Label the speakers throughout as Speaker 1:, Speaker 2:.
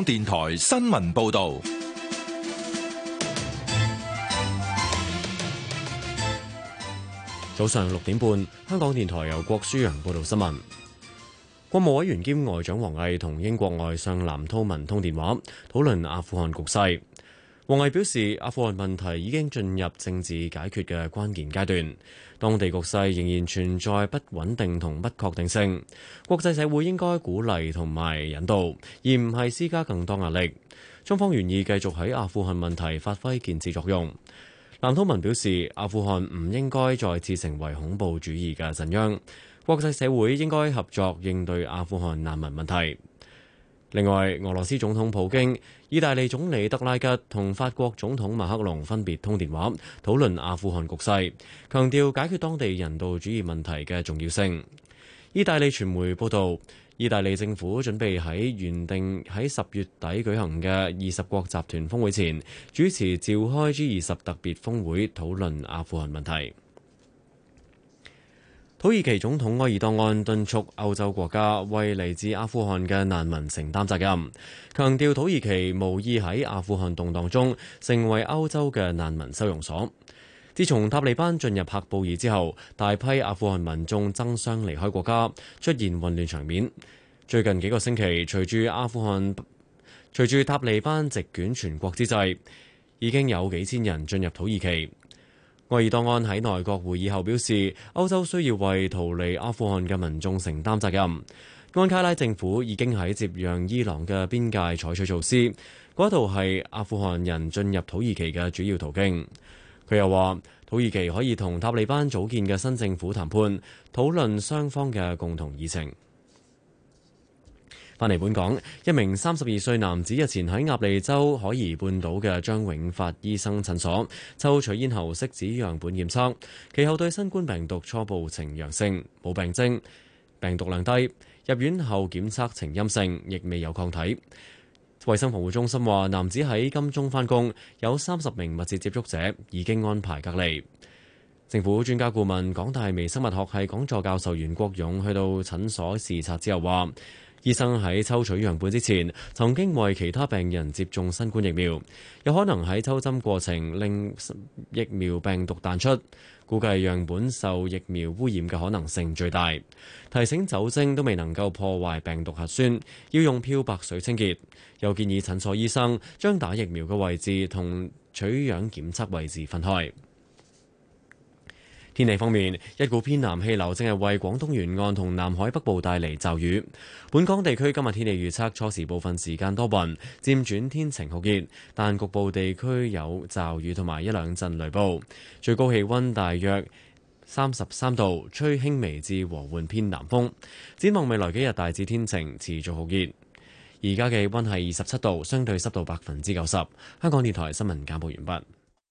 Speaker 1: 港電台新聞報道。
Speaker 2: 早上6點半，香港電台由郭舒揚報道新聞。國務委員兼外長王毅同英國外相藍韜文通電話，討論阿富汗局勢。王毅表示，阿富汗問題已經進入政治解決嘅關鍵階段，當地局勢仍然存在不穩定同不確定性。國際社會應該鼓勵同埋引導，而唔係施加更多壓力。中方願意繼續喺阿富汗問題發揮建設作用。藍韜文表示，阿富汗唔應該再次成為恐怖主義嘅震央，國際社會應該合作應對阿富汗難民問題。另外，俄羅斯總統普京、意大利總理德拉吉同法國總統馬克龍分別通電話，討論阿富汗局勢，強調解決當地人道主義問題嘅重要性。意大利傳媒報導，意大利政府準備喺原定喺10月底舉行嘅20國集團峰會前，主持召開 G20 特別峰會，討論阿富汗問題。土耳其總統埃爾多安敦促歐洲國家為嚟自阿富汗嘅難民承擔責任，強調土耳其無意喺阿富汗動盪中成為歐洲嘅難民收容所。自從塔利班進入喀布爾之後，大批阿富汗民眾爭相離開國家，出現混亂場面。最近幾個星期，隨住塔利班席捲全國之際，已經有幾千人進入土耳其。埃爾多安喺內閣會議後表示，歐洲需要為逃離阿富汗嘅民眾承擔責任。安卡拉政府已經喺接壤伊朗嘅邊界採取措施，嗰度係阿富汗人進入土耳其嘅主要途徑。佢又話，土耳其可以同塔利班組建嘅新政府談判，討論雙方嘅共同議程。返嚟本港，一名32歲男子日前喺鴨脷洲海怡半島嘅張永發醫生診所抽取咽喉拭子樣本檢測，其後對新冠病毒初步呈陽性，冇病徵，病毒量低，入院後檢測呈陰性，亦未有抗體。衛生防護中心話，男子喺金鐘返工，有30名密切接觸者已經安排隔離。政府專家顧問、港大微生物學系講座教授袁國勇去到診所視察之後話，醫生喺抽取樣本之前，曾經為其他病人接種新冠疫苗，有可能喺抽針過程令疫苗病毒彈出，估計樣本受疫苗污染嘅可能性最大。提醒酒精都未能夠破壞病毒核酸，要用漂白水清潔。又建議診所醫生將打疫苗嘅位置同取樣檢測位置分開。天氣方面，一股偏南氣流正係為廣東沿岸同南海北部帶嚟驟雨。本港地區今日天氣預測，初時部分時間多雲，漸轉天晴酷熱，但局部地區有驟雨同埋一兩陣雷暴。最高氣溫大約33度，吹輕微至和緩偏南風。展望未來幾日大致天晴，持續酷熱。而家嘅氣溫係27度，相對濕度90%。香港電台新聞簡報完畢。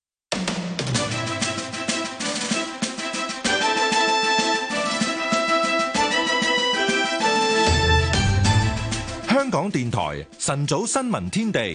Speaker 1: 香港電台晨早新聞天地，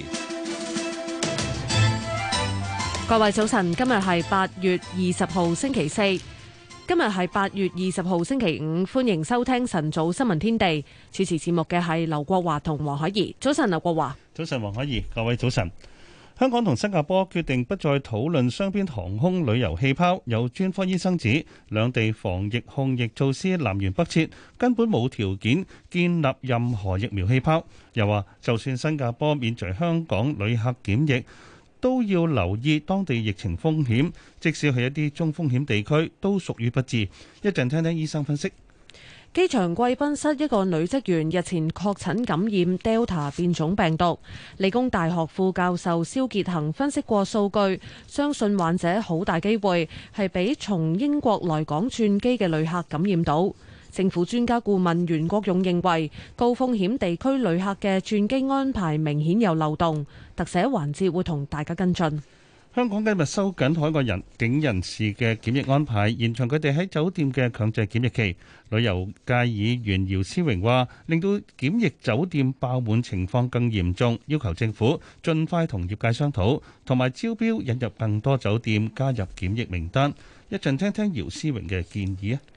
Speaker 3: 各位早晨，今日係8月20號星期四，今日係8月20號星期五，歡迎收聽晨早新聞天地。主持節目嘅係劉國華同黃海怡。早晨，劉國華。
Speaker 4: 早晨，黃海怡。各位早晨。香港同新加坡決定不再討論雙邊航空旅遊氣泡，有專科醫生指兩地防疫控疫措施南轅北轍，根本冇條件建立任何疫苗氣泡。又話就算新加坡免除香港旅客檢疫，都要留意當地疫情風險，即使係一啲中風險地區都屬於不治。一陣聽聽醫生分析。
Speaker 3: 機場貴賓室一個女職員日前確診感染 Delta 變種病毒，理工大學副教授蕭傑恒分析過數據，相信患者好大機會係俾從英國來港轉機嘅旅客感染到。政府專家顧問袁國勇認為，高風險地區旅客嘅轉機安排明顯有漏洞，特寫環節會同大家跟進。
Speaker 4: 香港今日收緊海外入境人士嘅檢疫安排，延長佢哋喺酒店嘅強制檢疫期。旅遊界議員姚思榮話，令到檢疫酒店爆滿情況更嚴重，要求政府盡快同業界商討，同埋招標引入更多酒店加入檢疫名單。一陣聽聽姚思榮嘅建議啊！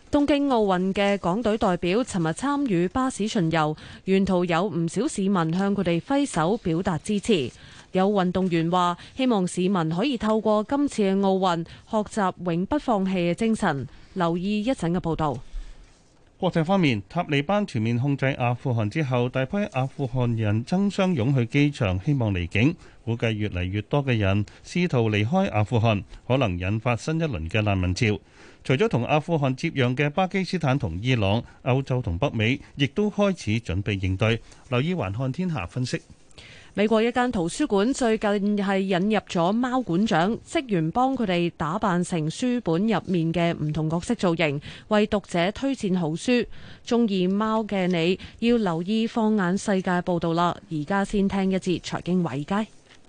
Speaker 3: 東京奧運嘅港隊代表尋日參與巴士巡遊，沿途有唔少市民向佢哋揮手表達支持。有運動員話：希望市民可以透過今次嘅奧運學習永不放棄嘅精神。留意一陣嘅報導。
Speaker 4: 國際方面，塔利班全面控制阿富汗之後，大批阿富汗人爭相湧去機場，希望離境。估計越嚟越多嘅人試圖離開阿富汗，可能引發新一輪嘅難民潮。除咗同阿富汗接壤嘅巴基斯坦同伊朗，歐洲同北美亦都開始準備應對。留意環看天下分析。
Speaker 3: 美國一間圖書館最近係引入咗貓館長，職員幫佢哋打扮成書本入面嘅唔同角色造型，為讀者推薦好書。中意貓嘅你要留意放眼世界報道啦！而家先聽一節財經華爾街。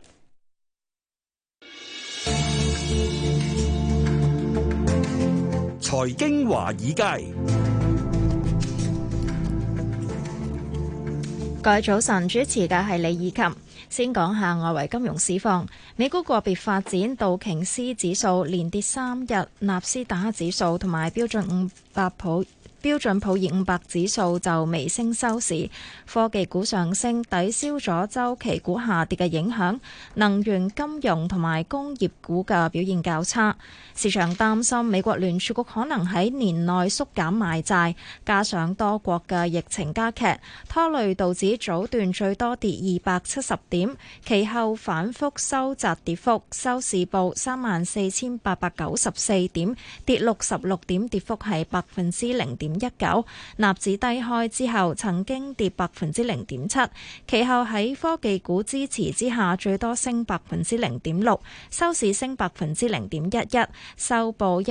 Speaker 5: 財經華爾街，
Speaker 6: 各位早晨，主持嘅係李以琴。先講下外圍金融市況，美股個別發展，道瓊斯指數連跌3日，納斯達克指數同埋標準普爾500指數就微升收市。科技股上升，抵消咗週期股下跌嘅影響。能源、金融同埋工業股嘅表現較差。市場擔心美國聯儲局可能喺年內縮減買債，加上多國嘅疫情加劇，拖累道指早段最多跌270點，其後反覆收窄跌幅，收市報34,894點，跌66點，跌幅係0.19%。納指低開之後曾經跌0.07%，其後喺科技股支持之下最多升0.6%，收市升0.11%，收報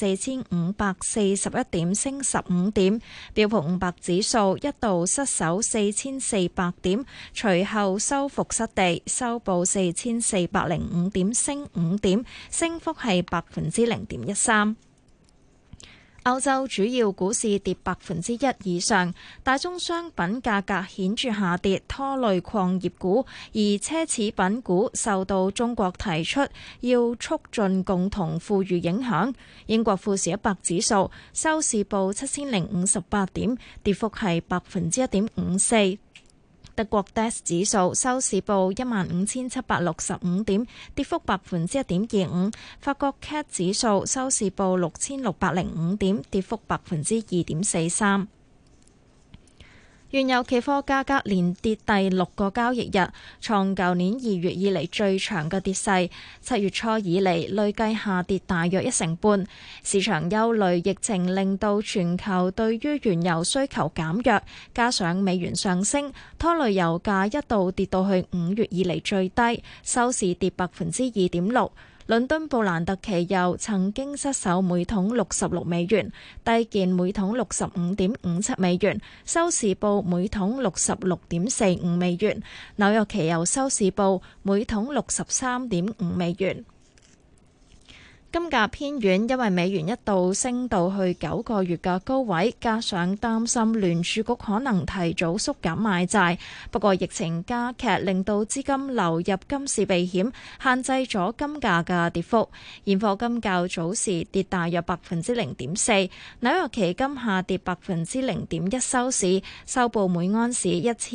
Speaker 6: 14,541點，升15點。標普500指數一度失守4,400點，隨後收復失地，收報4,405點，升5點，升幅係0.13%。歐洲主要股市跌1%以上，大宗商品價格顯著下跌，拖累礦業股，而奢侈品股受到中國提出要促進共同富裕影響。英國富時100指數收市報7058點，跌幅係1.54%。德國 DAX 指數收市報15,765點，跌幅1.25%。法國 CAC 指數收市報6,605點，跌幅2.43%。原油期貨價格連跌第6個交易日，創舊年2月以嚟最長嘅跌勢。7月初以嚟累計下跌大約1成半。市場憂慮疫情令到全球對於原油需求減弱，加上美元上升，拖累油價一度跌到去5月以嚟最低，收市跌2.6%。倫敦布蘭特期油曾經失守每桶66美元，低見每桶65.57美元，收市報每桶66.45美元。紐約期油收市報每桶63.5美元。金價偏軟，因為美元一度升到去9個月嘅高位，加上擔心聯儲局可能提早縮減買債。不過疫情加劇，令到資金流入金市避險，限制咗金價嘅跌幅。現貨金較早時跌大約0.4%，紐約期金下跌0.01%收市，收報每盎司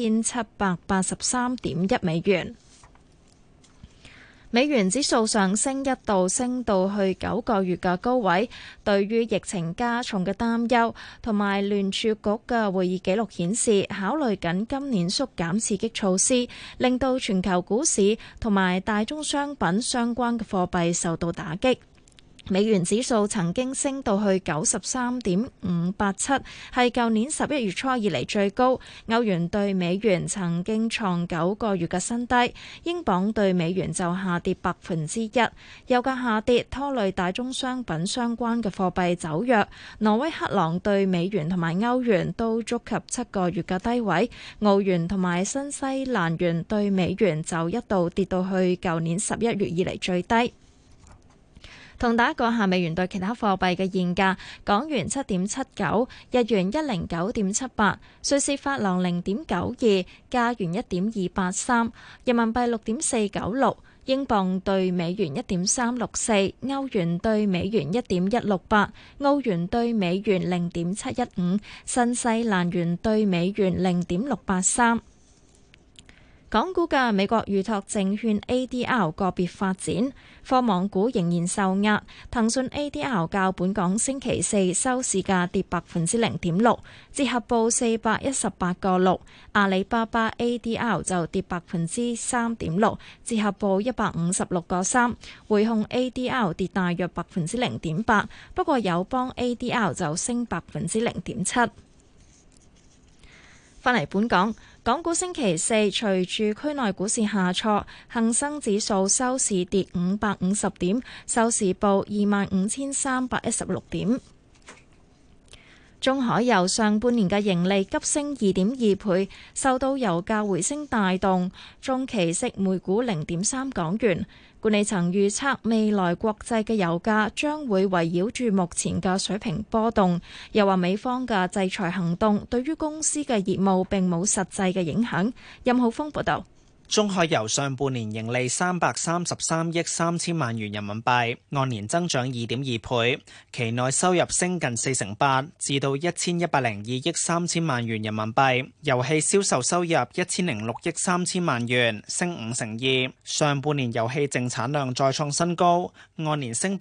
Speaker 6: 1783.1美元。美元指數上升，一度升到去9個月嘅高位。對於疫情加重嘅擔憂，同埋聯儲局嘅會議記錄顯示，考慮緊今年縮減刺激措施，令到全球股市同埋大宗商品相關嘅貨幣受到打擊。美元指數曾經升到去93.587，係舊年11月初以嚟最高。歐元對美元曾經創9個月嘅新低，英鎊對美元就下跌1%。油價下跌，拖累大宗商品相關嘅貨幣走弱。挪威克朗對美元同埋歐元都觸及7個月嘅低位，澳元同埋新西蘭元對美元就一度跌到去舊年11月以嚟最低。 同大家講下美元對其他貨幣嘅現價：港元7.79，日元109.78，瑞士法郎0.92，加元1.283，人民幣6.496。英鎊對美元1.364，歐元對美元1.168，澳元對美元0.715，新西蘭元對美元0.683。港股嘅美國預託證券 ADR 個別發展，科網股仍然受壓。騰訊 ADR 較本港星期四收市價跌0.6%，折合報418.6。阿里巴巴 ADR 就跌3.6%，折合報156.3。匯控 ADR 跌大約0.8%，不過友邦 ADR 就升0.7%。返嚟本港。港股星期四隨住區內股市下挫，恒生指數收市跌550點，收市報25,316點。中海油上半年嘅盈利急升2.2倍，受到油價回升帶動，中期息每股0.3港元。管理層預測未來國際嘅油價將會圍繞住目前嘅水平波動，又話美方嘅制裁行動對於公司嘅業務並冇實際嘅影響。任浩峰報導。
Speaker 7: 中海油上半年盈利333億3千萬元人民幣，按年增長2.2倍，期內收入升近48%，至到1102億3千萬元人民幣。油氣銷售收入1006億3千萬元，升52%。上半年油氣淨產量再創新高，按年升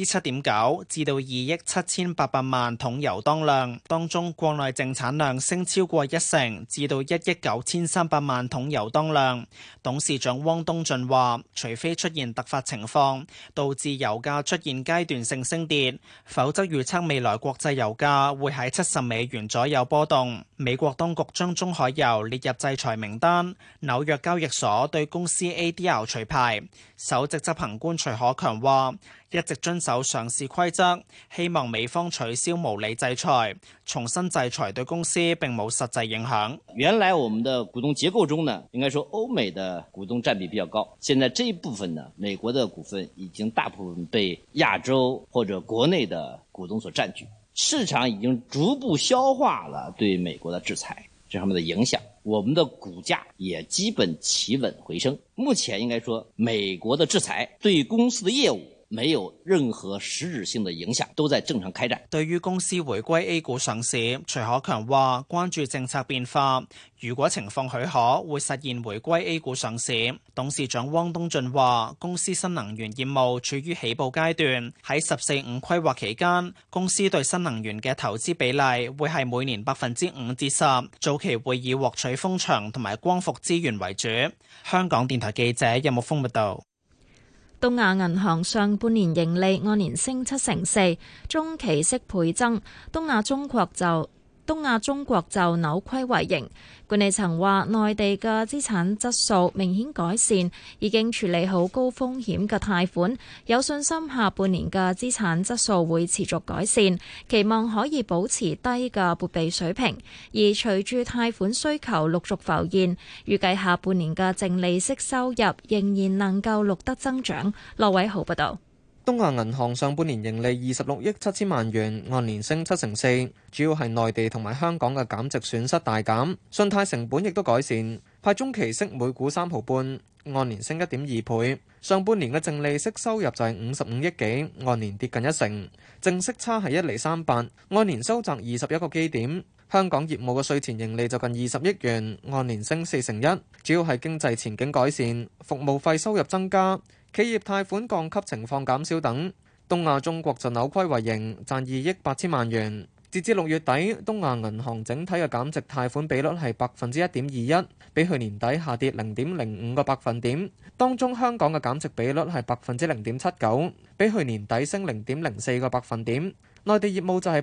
Speaker 7: 7.9%，至到2億7800萬桶油當量。當中國內淨產量升超過1成，至到1億9300萬桶油當量。董事長汪東進話，除非出現突發情況導致油價出現階段性升跌，否則預測未來國際油價會喺70美元左右波動。美國當局將中海油列入制裁名單，紐約交易所對公司 ADR 除牌。首席執行官徐可強話，一直遵守上市規則，希望美方取消無理制裁。重新制裁對公司並冇實際影響。
Speaker 8: 原來我們的股東結構中呢，應該說歐美的股東佔比比較高，現在這一部分呢，美國的股份已經大部分被亞洲或者國內的股東所佔據，市場已經逐步消化了對美國的制裁這方面的影響，我們的股價也基本企穩回升。目前應該說，美國的制裁對公司的業務沒有任何實質性的影響，都在正常開展。
Speaker 7: 對於公司回歸 A 股上市，徐可強話關注政策變化，如果情況許可，會實現回歸 A 股上市。董事長汪東進話，公司新能源業務處於起步階段，喺十四五規劃期間，公司對新能源嘅投資比例會係每年5%至10%，早期會以獲取風場同埋光伏資源為主。香港電台記者任木峰報道。
Speaker 6: 東亞銀行上半年盈利按年升4%，中期息倍增。東亞中國就扭虧為盈。管理層話，內地嘅資產質素明顯改善，已經處理好高風險嘅貸款，有信心下半年嘅資產質素會持續改善，期望可以保持低嘅撥備水平。而隨住貸款需求陸續浮現，預計下半年嘅淨利息收入仍然能夠錄得增長。羅偉豪報道。
Speaker 9: 東亞銀行上半年盈利26億7千萬元，按年升7%，主要係內地同埋香港嘅減值損失大減，信貸成本亦都改善，派中期息每股3毫半，按年升1.2倍。上半年嘅淨利息收入就係55億幾，按年跌近1成，淨息差係1.38厘，按年收窄21個基點。香港業務嘅稅前盈利就近20億元，按年升41%，主要係經濟前景改善，服務費收入增加，企業貸款降級情況減少等。東亞中國就扭虧為盈，賺2億8千萬元。截至6月底，東亞銀行整體嘅減值貸款比率係1.21%，比去年底下跌0.05個百分點。當中香港嘅減值比率係0.79%，比去年底升0.04個百分點。內地業務就係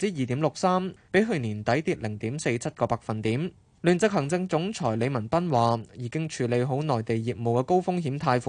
Speaker 9: 2.63%，比去年底跌0.47個百分點。聯席行政總裁李文斌話：已經處理好內地業務嘅高風險貸款，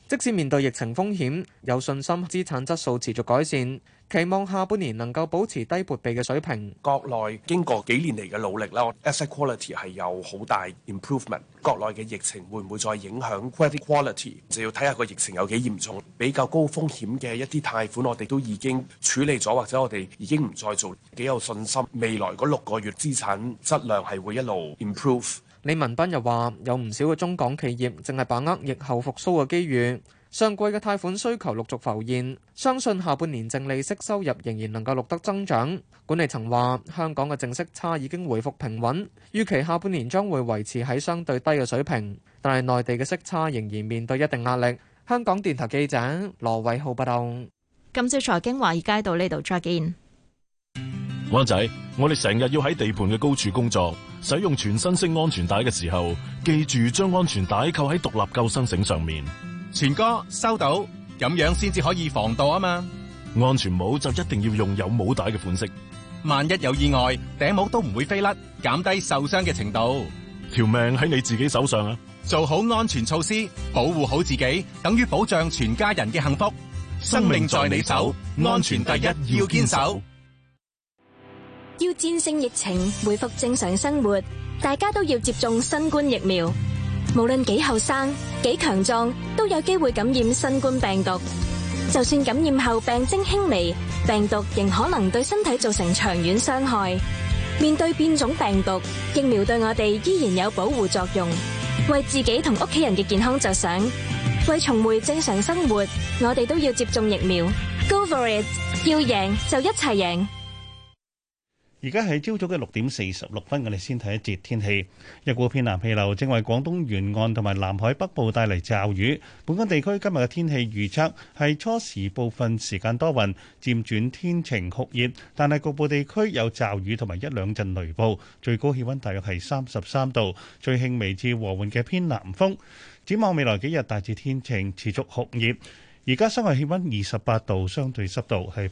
Speaker 9: 即使面對疫情風險，有信心資產質素持續改善，期望下半年能夠保持低撥備嘅水平。
Speaker 10: 國內經過幾年嚟嘅努力啦，asset quality 係有好大 improvement。國內嘅疫情會唔會再影響 credit quality？就要睇下個疫情有幾嚴重。比較高風險嘅一啲貸款，我哋都已經處理咗，或者我哋已經唔再做。幾有信心，未來嗰6個月資產質量係會一路 improve。
Speaker 9: 李文斌又話：有唔少嘅中港企業正係把握疫後復甦嘅機遇，上季嘅貸款需求陸續浮現，相信下半年淨利息收入仍然能夠錄得增長。管理層話：香港嘅淨息差已經回復平穩，預期下半年將會維持喺相對低嘅水平，但係內地嘅息差仍然面對一定壓力。香港電台記者羅偉浩報道。
Speaker 6: 今朝財經華爾街到呢度再見。
Speaker 11: 灣仔，我哋成日要喺地盤嘅高處工作，使用全身式安全帶嘅時候，記住將安全帶扣喺獨立救生繩上面。
Speaker 12: 全哥收到，咁樣先至可以防墮啊嘛。
Speaker 11: 安全帽就一定要用有帽帶嘅款式，
Speaker 12: 萬一有意外，頂帽都唔會飛甩，減低受傷嘅程度。
Speaker 11: 條命喺你自己手上啊！
Speaker 12: 做好安全措施，保護好自己，等於保障全家人嘅幸福。生命在你手，安全第一，要堅守。
Speaker 13: 要戰勝疫情，恢復正常生活，大家都要接種新冠疫苗。無論幾後生、幾強壯，都有機會感染新冠病毒。就算感染後病徵輕微，病毒仍可能對身體造成長遠傷害。面對變種病毒，疫苗對我哋依然有保護作用。為自己同屋企人嘅健康着想，為重回正常生活，我哋都要接種疫苗。Go for it！ 要贏就一齊贏。
Speaker 4: 而家係朝早嘅6:46，我哋先睇一節天氣。一股偏南氣流正為廣東沿岸同埋南海北部帶嚟驟雨。本港地區今日嘅天氣預測係初時部分時間多雲，漸轉天晴酷熱，但係局部地區有驟雨同埋一兩陣雷暴。最高氣溫大約係33度，最輕微至和緩嘅偏南風。展望未來幾日大致天晴，持續酷熱。而家室外氣溫28度，相對濕度係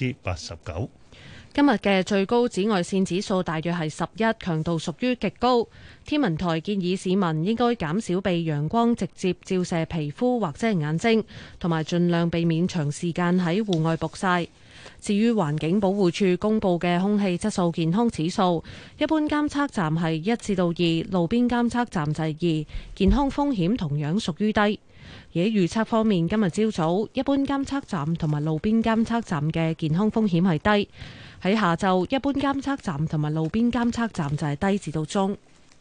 Speaker 4: 89%。
Speaker 3: 今日嘅最高紫外線指數大約係11，強度屬於極高。天文台建議市民應該減少被陽光直接照射皮膚或者係眼睛，同埋盡量避免長時間喺戶外曝曬。至於環境保護署公布嘅空氣質素健康指數，一般監測站係1至2，路邊監測站就係2，健康風險同樣屬於低。而喺預測方面，今日朝早一般監測站同埋路邊監測站嘅健康風險係低。喺下晝，一般監測站同埋路邊監測站就係低至到中。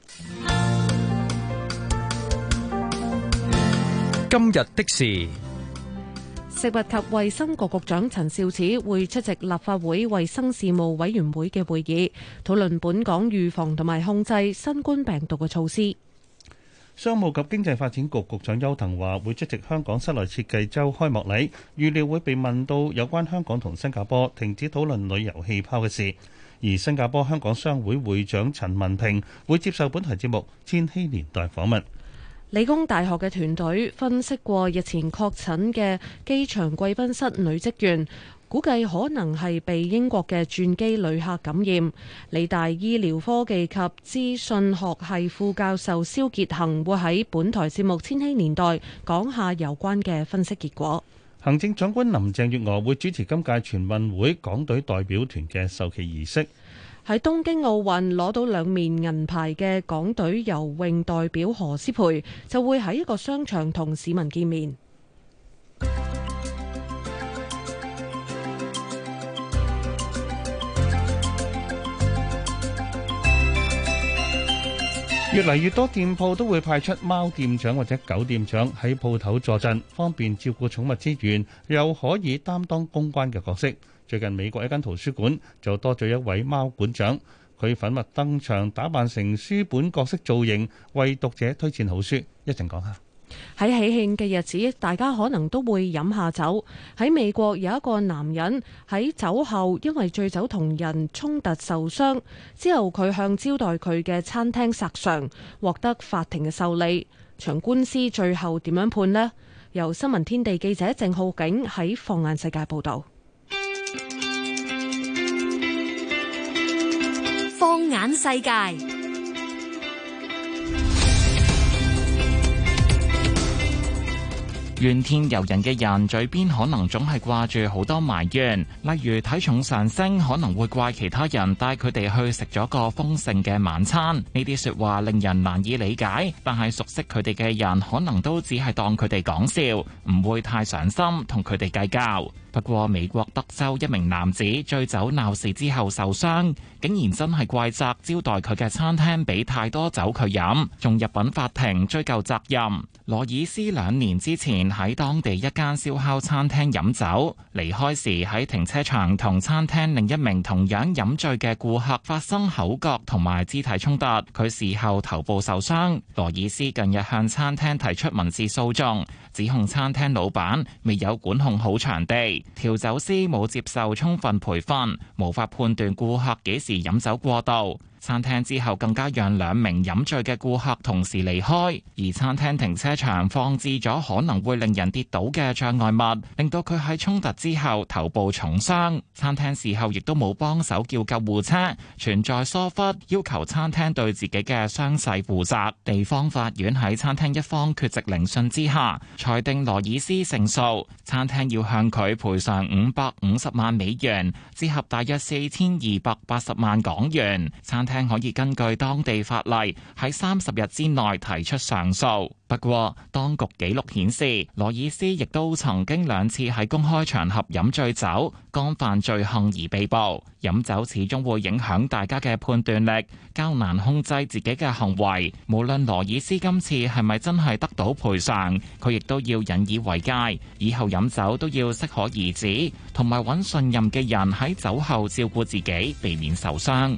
Speaker 14: 今日的事，
Speaker 3: 食物及衛生局局長陳肇始會出席立法會衛生事務委員會嘅會議，討論本港預防同埋控制新冠病毒嘅措施。
Speaker 4: 商務及經濟發展局局長邱騰華會出席香港室內設計週開幕禮，預料會被問到有關香港同新加坡停止討論旅遊氣泡嘅事。而新加坡香港商會會長陳文平會接受本台節目《千禧年代》訪問。
Speaker 3: 理工大學嘅團隊分析過日前確診嘅機場貴賓室女職員，估計可能係被英國嘅轉機旅客感染。理大醫療科技及資訊學系副教授蕭傑恒會喺本台節目《千禧年代》講下有關嘅分析結果。
Speaker 4: 行政長官林鄭月娥會主持今屆全運會港隊代表團嘅授旗儀式。
Speaker 3: 喺東京奧運攞到2面銀牌嘅港隊游泳代表何詩蓓就會喺一個商場同市民見面。
Speaker 4: 越嚟越多店鋪都會派出貓店長或者狗店長喺鋪頭坐鎮，方便照顧寵物之餘，又可以擔當公關嘅角色。最近美國一間圖書館就多咗一位貓館長，佢粉墨登場，打扮成書本角色造型，為讀者推薦好書。一陣講下。
Speaker 3: 喺喜慶嘅日子，大家可能都會飲下酒。喺美國有一個男人喺酒後因為醉酒同人衝突受傷，之後佢向招待佢嘅餐廳索償，獲得法庭嘅受理。場官司最後點樣判呢？由新聞天地記者鄭浩景喺放眼世界報道。
Speaker 15: 放眼世界，
Speaker 16: 怨天尤人嘅人嘴邊可能總係掛住好多埋怨，例如體重上升可能會怪其他人帶佢哋去食咗個豐盛嘅晚餐。呢啲說話令人難以理解，但係熟悉佢哋嘅人可能都只係當佢哋講笑，唔會太上心同佢哋計較。不過美國德州一名男子醉酒鬧事之後受傷，竟然真係怪責招待佢嘅餐廳俾太多酒佢飲，仲入稟法庭追究責任。羅爾斯2年之前喺當地一間燒烤餐廳飲酒，離開時喺停車場同餐廳另一名同樣飲醉嘅顧客發生口角同埋肢體衝突，佢事後頭部受傷。羅爾斯近日向餐廳提出民事訴訟，指控餐廳老闆未有管控好場地，調酒師冇接受充分培訓，無法判斷顧客幾時飲酒過度。餐廳之後更加讓2名飲醉嘅顧客同時離開，而餐廳停車場放置咗可能會令人跌倒嘅障礙物，令到佢喺衝突之後頭部重傷。餐廳事後亦都冇幫手叫救護車，存在疏忽，要求餐廳對自己嘅傷勢負責。地方法院喺餐廳一方缺席聆訊之下，裁定羅爾斯勝訴，餐廳要向佢賠償550萬美元，折合大約4280萬港元。餐廳可以根據當地法例喺30日之內提出上訴。不過，當局記錄顯示，羅爾斯亦都曾經2次喺公開場合飲醉酒，干犯罪行而被捕。飲酒始終會影響大家嘅判斷力，較難控制自己嘅行為。無論羅爾斯今次係咪真係得到賠償，佢亦都要引以為戒，以後飲酒都要適可而止，同埋揾信任嘅人喺酒後照顧自己，避免受傷。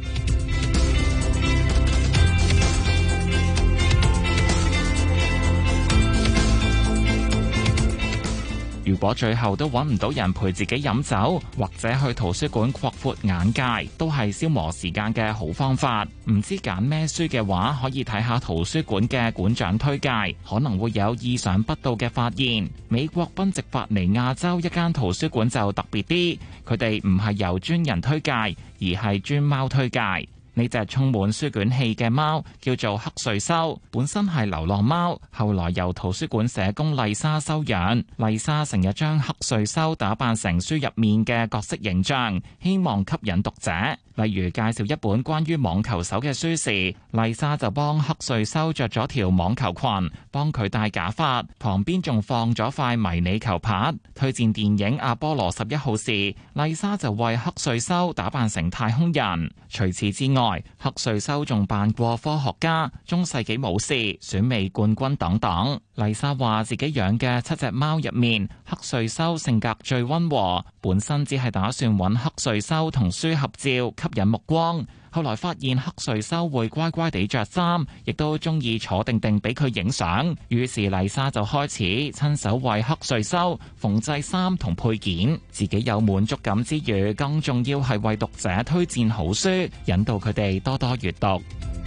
Speaker 16: 如果最後都揾唔到人陪自己飲酒，或者去圖書館擴闊眼界，都係消磨時間嘅好方法。唔知揀咩書嘅話，可以睇下圖書館嘅館長推介，可能會有意想不到嘅發現。美國賓夕法尼亞州一間圖書館就特別啲，佢哋唔係由專人推介，而係專貓推介。呢隻充滿書卷氣嘅貓叫做黑瑞修，本身係流浪貓，後來由圖書館社工麗莎收養。麗莎成日將黑瑞修打扮成書入面嘅角色形象，希望吸引讀者。例如介紹一本關於網球手嘅書時，麗莎就幫黑瑞修着咗條網球裙，幫佢戴假髮，旁邊仲放咗塊迷你球拍。推薦電影《阿波羅11號》時，麗莎就為黑瑞修打扮成太空人。除此之外，黑瑞修仲扮過科學家、中世紀武士、選美冠軍等等。麗莎話自己養嘅7隻貓入面，黑瑞修性格最溫和，本身只係打算揾黑瑞修同書合照吸引目光。後來發現黑瑞修會乖乖地着衫，亦都中意坐定定俾佢影相。於是麗莎就開始親手為黑瑞修縫製衫同配件，自己有滿足感之餘，更重要係為讀者推薦好書，引導佢哋多多閱讀。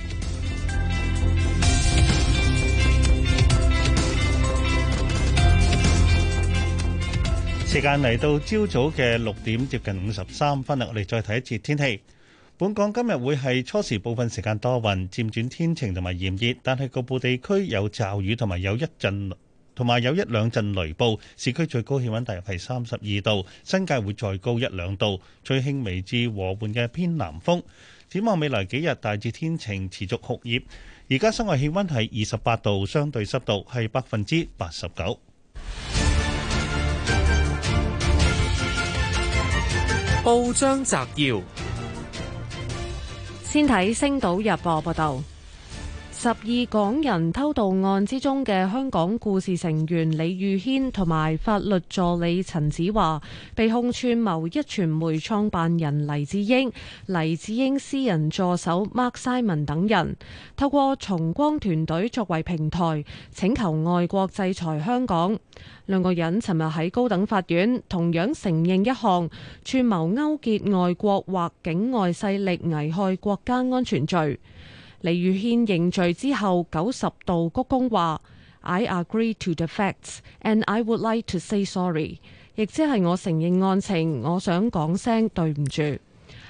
Speaker 4: 時間嚟到朝早嘅6點接近53分啦，我哋再睇一次天氣。本港今日會係初時部分時間多雲，漸轉天晴同埋炎熱，但係局部地區有驟雨同埋有一兩陣雷暴。市區最高氣溫大約係32度，新界會再高1-2度，吹輕微至和緩嘅偏南風。展望未來幾日大致天晴，持續酷熱。而家室外氣溫係28度，相對濕度係89%。
Speaker 14: 報章摘要。
Speaker 3: 先睇《星島日報》報道，12港人偷渡案之中嘅香港故事成員李宇軒同埋法律助理陳子華，被控串謀壹傳媒創辦人黎智英私人助手 Mark Simon 等人，透過重光團隊作為平台，請求外國制裁香港。兩個人尋日喺高等法院同樣承認一項串謀勾結外國或境外勢力危害國家安全罪。李宇軒認罪之後90度鞠躬話 I agree to the facts and I would like to say sorry， 亦即係我承認案情，我想講聲對唔住。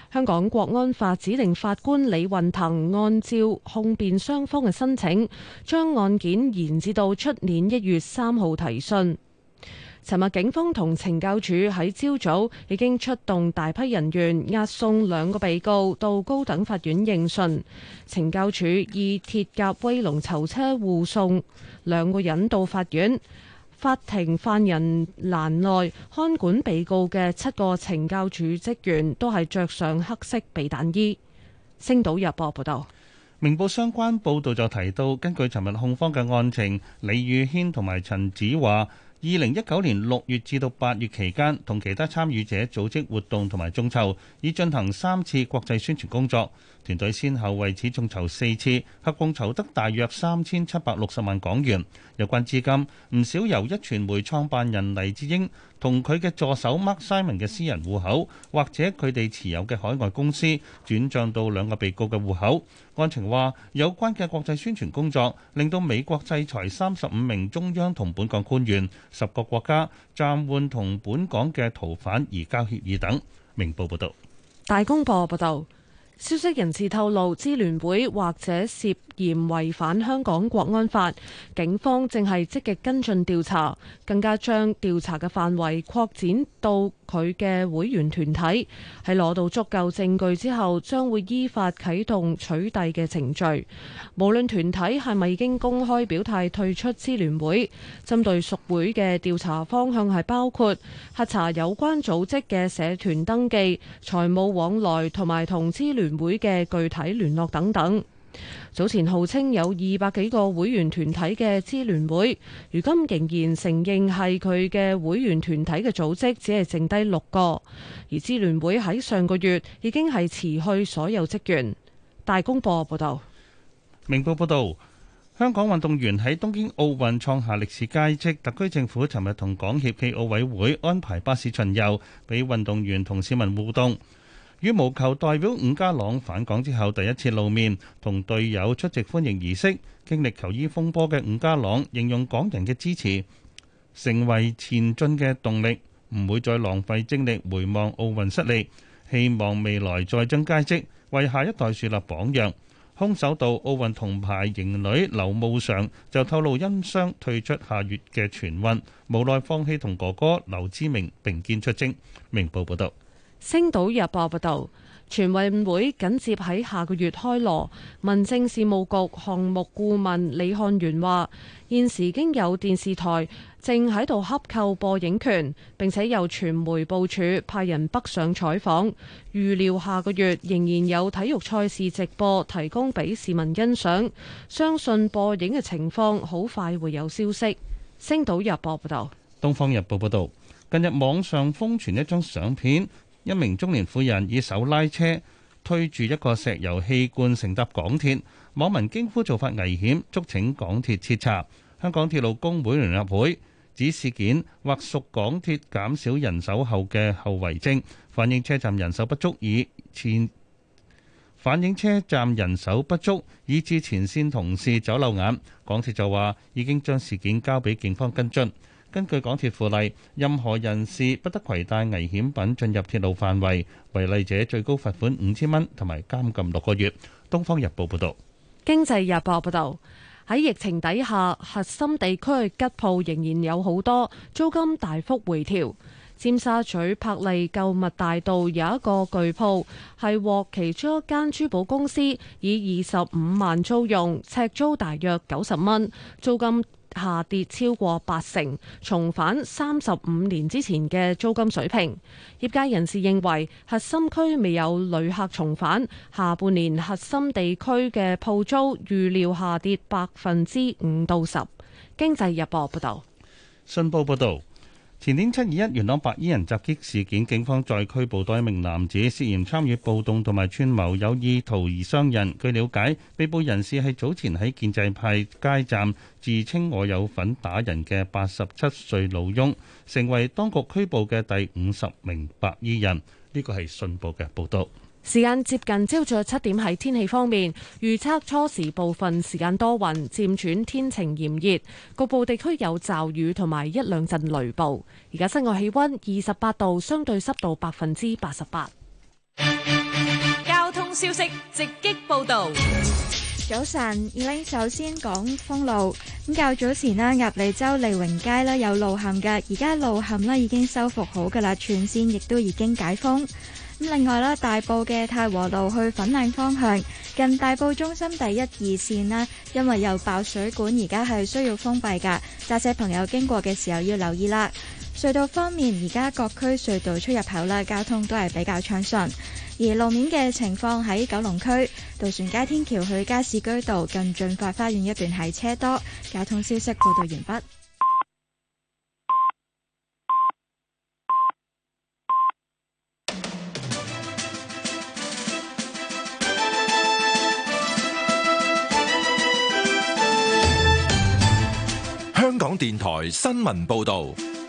Speaker 3: 香港國安法指定法官李運騰按照控辯雙方嘅申請，將案件延至到出年1月3號提訊。尋日警方同懲教署喺朝早已經出動大批人員押送2個被告到高等法院應訊。懲教署以鐵甲威龍囚車護送2個人到法院。法庭犯人欄內看管被告嘅7個懲教署職員都係着上黑色避彈衣。星島日報報道。
Speaker 4: 明報相關報導就提到，根據尋日控方嘅案情，李宇軒同埋陳子華2019年6月至到8月期間，同其他參與者組織活動同埋眾籌，以進行3次國際宣傳工作。團隊先後為此眾籌4次，合共籌得大約3760萬港元。有關資金唔少由壹傳媒創辦人黎智英同佢嘅助手 Mark Simon 嘅私人戶口，或者佢哋持有嘅海外公司轉帳到2個被告嘅戶口。案情話，有關嘅國際宣傳工作令到美國制裁35名中央同本港官員，10個國家暫緩同本港嘅逃犯移交協議等。明報報道。
Speaker 3: 大公報報道。消息人士透露，支聯會或者涉嫌違反香港國安法，警方正係積極跟進調查，更加將調查嘅範圍擴展到佢嘅會員團體。喺攞到足夠證據之後，將會依法啟動取締嘅程序。無論團體係咪已經公開表態退出支聯會，針對屬會嘅調查方向係包括核查有關組織嘅社團登記、財務往來同埋同支聯會嘅具體聯絡等等。早前號稱有200幾個會員團體嘅支聯會，如今仍然承認係佢嘅會員團體嘅組織，只係剩低6個。而支聯會喺上個月已經係辭去所有職員。大公報報道。
Speaker 4: 明報報道，香港運動員喺東京奧運創下歷史佳績，特區政府尋日同港協暨奧委會安排巴士巡遊，俾運動員同市民互動。羽毛球代表伍家朗返港之後第一次露面，同隊友出席歡迎儀式。經歷球衣風波嘅伍家朗形容港人嘅支持成為前進嘅動力，唔會再浪費精力回望奧運失利，希望未來再增佳績，為下一代樹立榜樣。空手道奧運銅牌型女劉慕裳就透露因傷退出下月嘅全運，無奈放棄同哥哥劉之明並肩出征。明報報道。
Speaker 3: 星島日報報道，全運會緊接喺下個月開鑼。民政事務局項目顧問李漢元話，現時已經有電視台正喺度洽購播映權，並且由傳媒部署派人北上採訪。預料下個月仍然有體育賽事直播提供俾市民欣賞，相信播映嘅情況好快會有消息。星島日報報道。
Speaker 4: 東方日報報道，近日網上瘋傳一張相片。一名中年婦人以手拉車推住一個石油氣罐乘搭港鐵，網民驚呼做法危險，促請港鐵徹查。香港鐵路工會聯合會指事件或屬港鐵減少人手後嘅後遺症，反映車站人手不足以致前線同事走漏眼。港鐵就話已經將事件交俾警方跟進。根據港鐵附例，任何人士不得攜帶危險品進入鐵路範圍，違例者最高罰款5000蚊同埋監禁6個月。東方日報報道。
Speaker 3: 經濟日報報道，喺疫情底下，核心地區吉鋪仍然有好多，租金大幅回調。尖沙咀柏麗購物大道有一個巨鋪，係獲其中一間珠寶公司以25萬租用，尺租大約90蚊，租金下跌超過80%，重返35年之前嘅租金水平。業界人士認為，核心區未有旅客重返，下半年核心地區嘅鋪租預料下跌5%到10%。經濟日報報道。
Speaker 4: 信報報道。前年721元朗白衣人襲擊事件，警方再拘捕多一名男子，涉嫌參與暴動同埋串謀有意圖而傷人。據了解，被捕人士係早前喺建制派街站自稱我有份打人嘅87歲老翁，成為當局拘捕嘅第50名白衣人。呢個係信報嘅報導。
Speaker 3: 時間接近朝早7點，喺天氣方面預測初時部分時間多雲，漸轉天晴炎熱，局部地區有驟雨同埋1兩陣雷暴。而家室外氣溫28度，相對濕度88%。
Speaker 15: 通消息直擊報導。
Speaker 6: 早晨，Elaine首先講封路。咁較早前啦，鴨脷洲利榮街啦有路陷嘅，而家路陷啦已經修復好㗎啦，全線亦都已經解封。咁另外啦，大埔嘅太和路去粉嶺方向，近大埔中心第一、2線啦，因為有爆水管，而家係需要封閉㗎。駕駛朋友經過嘅時候要留意啦。隧道方面，而家各區隧道出入口啦，交通都係比較暢順。而路面嘅情況喺九龍區渡船街天橋去加士居道近駿發花園一段係車多。交通消息報道完畢。
Speaker 1: 香港電台新聞報道。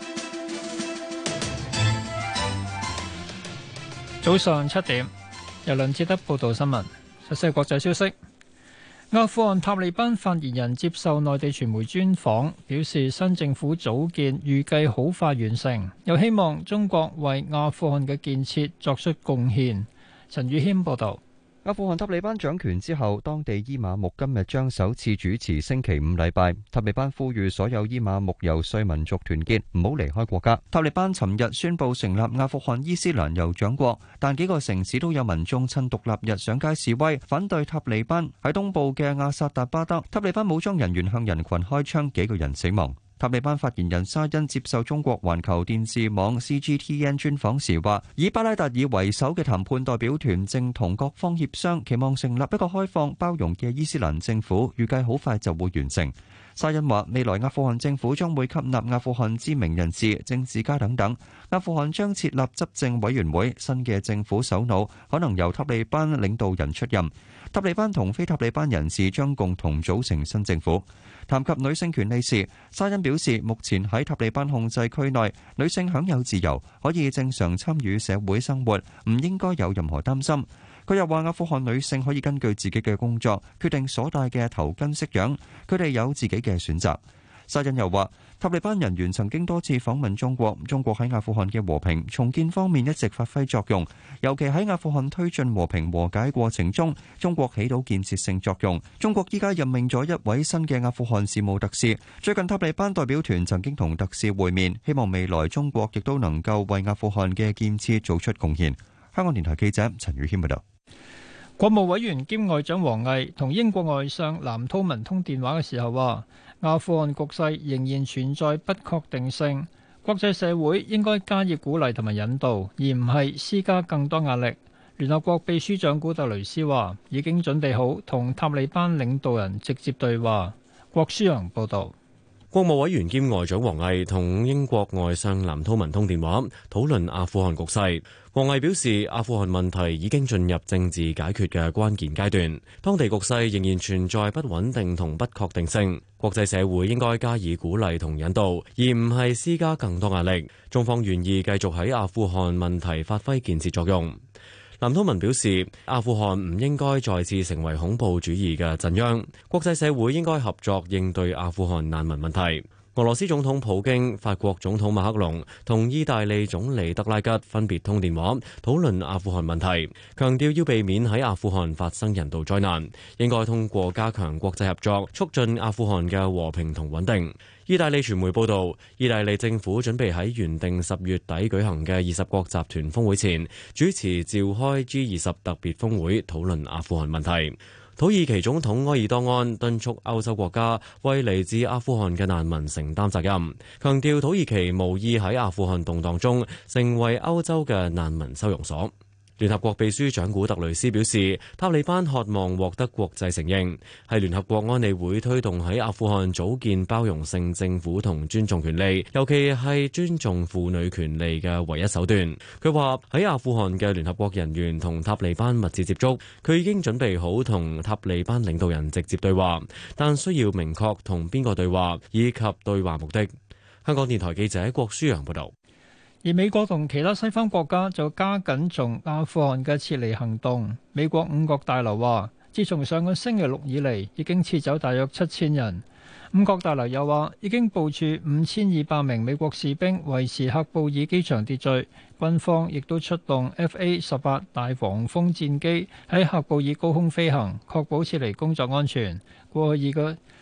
Speaker 17: 早上7點，由梁志德報道新聞。首先係國際消息，阿富汗塔利班發言人接受內地傳媒專訪，表示新政府組建預計好快完成，又希望中國為阿富汗嘅建設作出貢獻。陳宇謙報道。
Speaker 18: 阿富汗塔利班掌權之後，當地伊瑪目今日將首次主持星期五禮拜。塔利班呼籲所有伊瑪目游說民族團結，唔好離開國家。塔利班尋日宣布成立阿富汗伊斯蘭酋長國，但幾個城市都有民眾趁獨立日上街示威，反對塔利班。喺東部嘅阿薩達巴德，塔利班武裝人員向人群開槍，幾個人死亡。塔利班發言人沙欣接受中國環球電視網 CGTN 專訪時話，以巴拉達爾為首嘅談判代表團正同各方協商，期望成立一個開放包容嘅伊斯蘭政府，預計好快就會完成。沙欣話，未來阿富汗政府將會吸納阿富汗知名人士、政治家等等，阿富汗將設立執政委員會，新嘅政府首腦可能由塔利班領導人出任，塔利班同非塔利班人士將共同組成新政府。談及女性權利時，沙欣表示，目前喺塔利班控制區內，女性享有自由，可以正常參與社會生活，唔應該有任何擔心。佢又話，阿富汗女性可以根據自己嘅工作決定所戴嘅頭巾式樣，佢哋有自己嘅選擇。沙欣又話，塔利班人員曾經多次訪問中國，中國喺阿富汗嘅和平重建方面一直發揮作用，尤其喺阿富汗推進和平和解過程中，中國起到建設性作用。中國依家任命咗一位新嘅阿富汗事務特使，最近塔利班代表團曾經同特使會面，希望未來中國亦都能夠為阿富汗嘅建設做出貢獻。香港電台記者陳宇謙報道。
Speaker 17: 國務委員兼外長王毅同英國外相藍韜文通電話嘅時候話，阿富汗局勢仍然存在不確定性，國際社會應該加以鼓勵同埋引導，而唔係施加更多壓力。聯合國秘書長古特雷斯話，已經準備好同塔利班領導人直接對話。郭舒陽報導。
Speaker 2: 國務委員兼外長王毅同英國外相藍韜文通電話，討論阿富汗局勢。王毅表示，阿富汗問題已經進入政治解決嘅關鍵階段，當地局勢仍然存在不穩定同不確定性，國際社會應該加以鼓勵同引導，而唔係施加更多壓力。中方願意繼續喺阿富汗問題發揮建設作用。藍韜文表示，阿富汗唔應該再次成為恐怖主義嘅鎮央，國際社會應該合作應對阿富汗難民問題。俄羅斯總統普京、法國總統馬克龍同意大利總理德拉吉分別通電話，討論阿富汗問題，強調要避免喺阿富汗發生人道災難，應該通過加強國際合作，促進阿富汗嘅和平同穩定。意大利傳媒報道，意大利政府準備喺原定10月底舉行嘅20國集團峰會前，主持召開 G20 特別峰會，討論阿富汗問題。土耳其總統埃爾多安敦促歐洲國家為嚟自阿富汗嘅難民承擔責任，強調土耳其無意喺阿富汗動盪中成為歐洲嘅難民收容所。聯合國秘書長古特雷斯表示，塔利班渴望獲得國際承認，係聯合國安理會推動喺阿富汗組建包容性政府同尊重權利，尤其係尊重婦女權利嘅唯一手段。佢話喺阿富汗嘅聯合國人員同塔利班密切接觸，佢已經準備好同塔利班領導人直接對話，但需要明確同邊個對話以及對話目的。香港電台記者郭舒陽報道。
Speaker 17: 而美國同其他西方國家就加緊從阿富汗嘅撤離行動。美國五角大樓話，自從上個星期六以嚟，已經撤走大約7000人。 五角大樓又話已經部署5200名美國士兵維持喀布爾機場秩序，軍方亦都出動 FA-18大黃蜂戰機喺喀布爾高空飛行，確保撤離工作安全。過去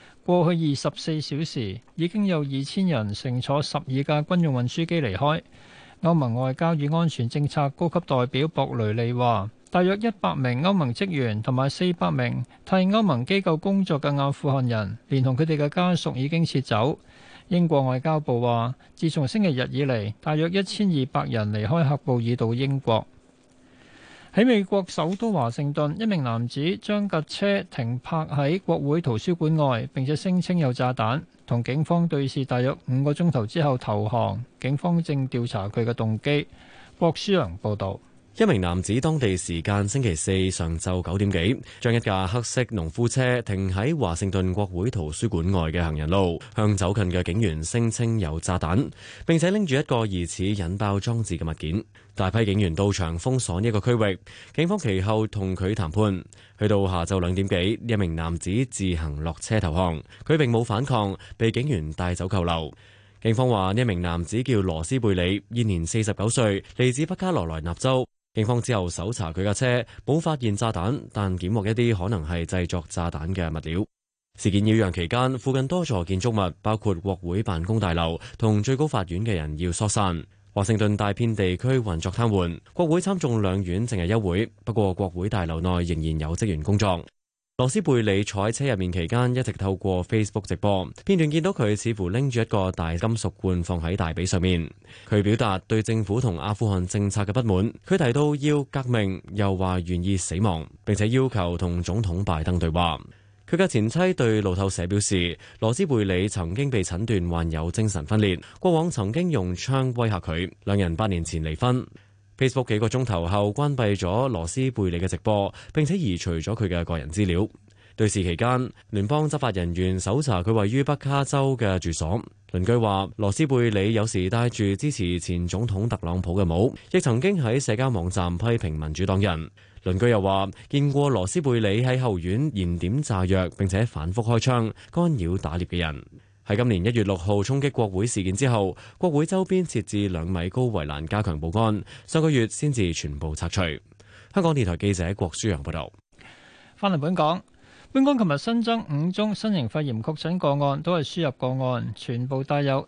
Speaker 17: 24小時已經有2000人乘坐12架軍用運輸機離開。歐盟外交與安全政策高級代表博雷利話，大約100名歐盟職員同埋400名替歐盟機構工作嘅阿富汗人，連同佢哋嘅家屬已經撤走。英國外交部話，自從星期日以嚟，大約1200人離開喀布爾到英國。喺美國首都華盛頓，一名男子將架車停泊喺國會圖書館外，並且聲稱有炸彈，同警方對峙大約5個鐘頭之後投降。警方正調查佢嘅動機。郭書陽報導。
Speaker 2: 一名男子當地時間星期四上晝9點幾，將一架黑色農夫車停喺華盛頓國會圖書館外嘅行人路，向走近嘅警員聲稱有炸彈，並且拎住一個疑似引爆裝置嘅物件。大批警員到場封鎖呢一個區域，警方其後同佢談判。去到下晝2點幾，一名男子自行落車投降，佢並冇反抗，被警員帶走扣留。警方話呢一名男子叫羅斯貝里，現年49歲，嚟自北卡羅來納州。警方之後搜查佢架車，冇發現炸彈，但檢獲一啲可能係製作炸彈嘅物料。事件擾攘期間，附近多座建築物，包括國會辦公大樓同最高法院嘅人要疏散。華盛頓大片地區運作癱瘓，國會參眾兩院淨係休會，不過國會大樓內仍然有職員工作。羅斯貝里坐喺車入面期間，一直透過 Facebook 直播片段，見到佢似乎拎住一個大金屬罐放喺大髀上面。佢表達對政府同阿富汗政策嘅不滿，佢提到要革命，又話願意死亡，並且要求同總統拜登對話。佢嘅前妻對路透社表示，羅斯貝里曾經被診斷患有精神分裂，過往曾經用槍威嚇佢，兩人8年前離婚。Facebook 幾個鐘頭後關閉咗羅斯貝里嘅直播，並且移除咗佢嘅個人資料。對峙期間，聯邦執法人員搜查佢位於北卡州嘅住所。鄰居話，羅斯貝里有時戴住支持前總統特朗普嘅帽，亦曾經喺社交網站批評民主黨人。鄰居又話，見過羅斯貝里喺後院燃點炸藥，並且反覆開槍，干擾打獵嘅人。喺今年1月6號衝擊國會事件之後，國會周邊設置2米高圍欄加強保安，上個月先至全部拆除。香港電台記者郭舒陽報道。
Speaker 17: 翻嚟本港，本港琴日新增5宗新型肺炎確診個案，都係輸入個案，全部帶有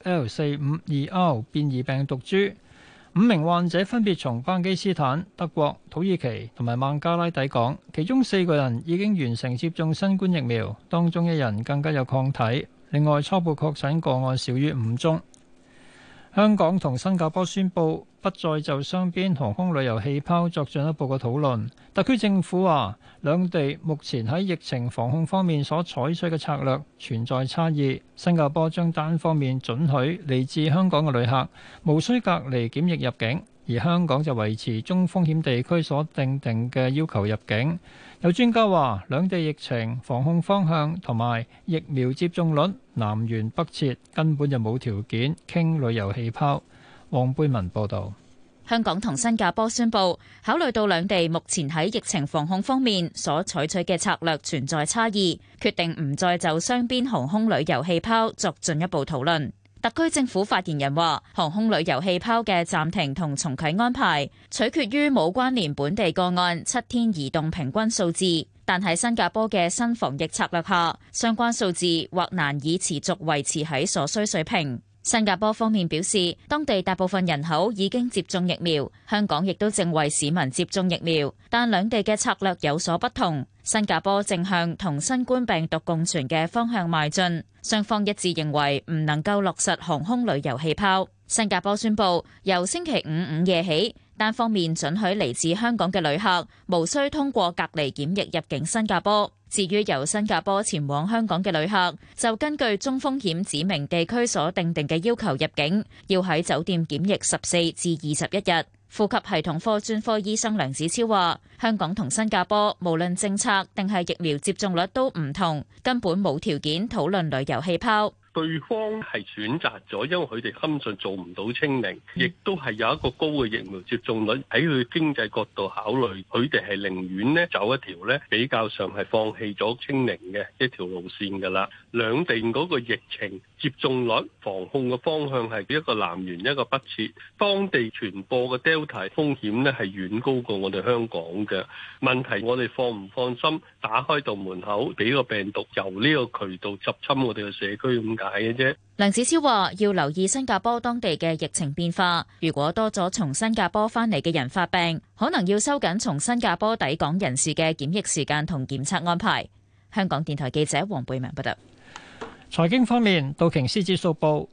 Speaker 17: L452R 變異病毒株。5名患者分別從巴基斯坦、德國、土耳其同埋孟加拉抵港，其中4個人已經完成接種新冠疫苗，當中1人更加有抗體。另外，初步確診個案少於5宗。香港同新加坡宣布不再就雙邊航空旅遊氣泡作進一步嘅討論。特區政府話，兩地目前喺疫情防控方面所採取嘅策略存在差異。新加坡將單方面准許嚟自香港嘅旅客無需隔離檢疫入境，而香港就維持中風險地區所訂定嘅要求入境。有專家話，兩地疫情防控方向同埋疫苗接種率南轅北轍，根本就冇條件傾旅遊氣泡。黃貝文報導。
Speaker 19: 香港同新加坡宣布，考慮到兩地目前喺疫情防控方面所採取嘅策略存在差異，決定唔再就雙邊航空旅遊氣泡作進一步討論。特區政府發言人話，航空旅遊氣泡嘅暫停同重啟安排取決於冇關聯本地個案7天移動平均數字，但喺新加坡嘅新防疫策略下，相關數字或難以持續維持喺所需水平。新加坡方面表示，當地大部分人口已經接種疫苗，香港亦都正為市民接種疫苗，但兩地嘅策略有所不同。新加坡正向同新冠病毒共存嘅方向邁進，雙方一致認為唔能夠落實航空旅遊氣泡。新加坡宣布，由星期五午夜起，單方面准許嚟自香港嘅旅客無需通過隔離檢疫入境新加坡。至於由新加坡前往香港嘅旅客，就根據中風險指明地區所訂定嘅要求入境，要喺酒店檢疫14至21日。呼吸系統科專科醫生梁子超話，香港同新加坡無論政策定係疫苗接種率都唔同，根本冇條件討論旅遊氣泡。
Speaker 20: 對方係選擇咗，因為佢哋深信做唔到清零，亦都係有一個高嘅疫苗接種率，喺佢經濟角度考慮，佢哋係寧願呢走一條呢比較上係放棄咗清零嘅一條路線㗎啦。兩地嗰個疫情接種率防控嘅方向係一個南轅一個北轍，當地傳播嘅 Delta 風險呢係遠高過我哋香港嘅。問題我哋放唔放心打開道門口俾個病毒由呢個渠道入侵我哋嘅社區咁解嘅啫。
Speaker 19: 梁子超話要留意新加坡當地嘅疫情變化，如果多咗從新加坡返嚟嘅人發病，可能要收緊從新加坡抵港人士嘅檢疫時間同檢測安排。香港電台記者黃貝明報道。
Speaker 17: 財經方面，道瓊斯指數報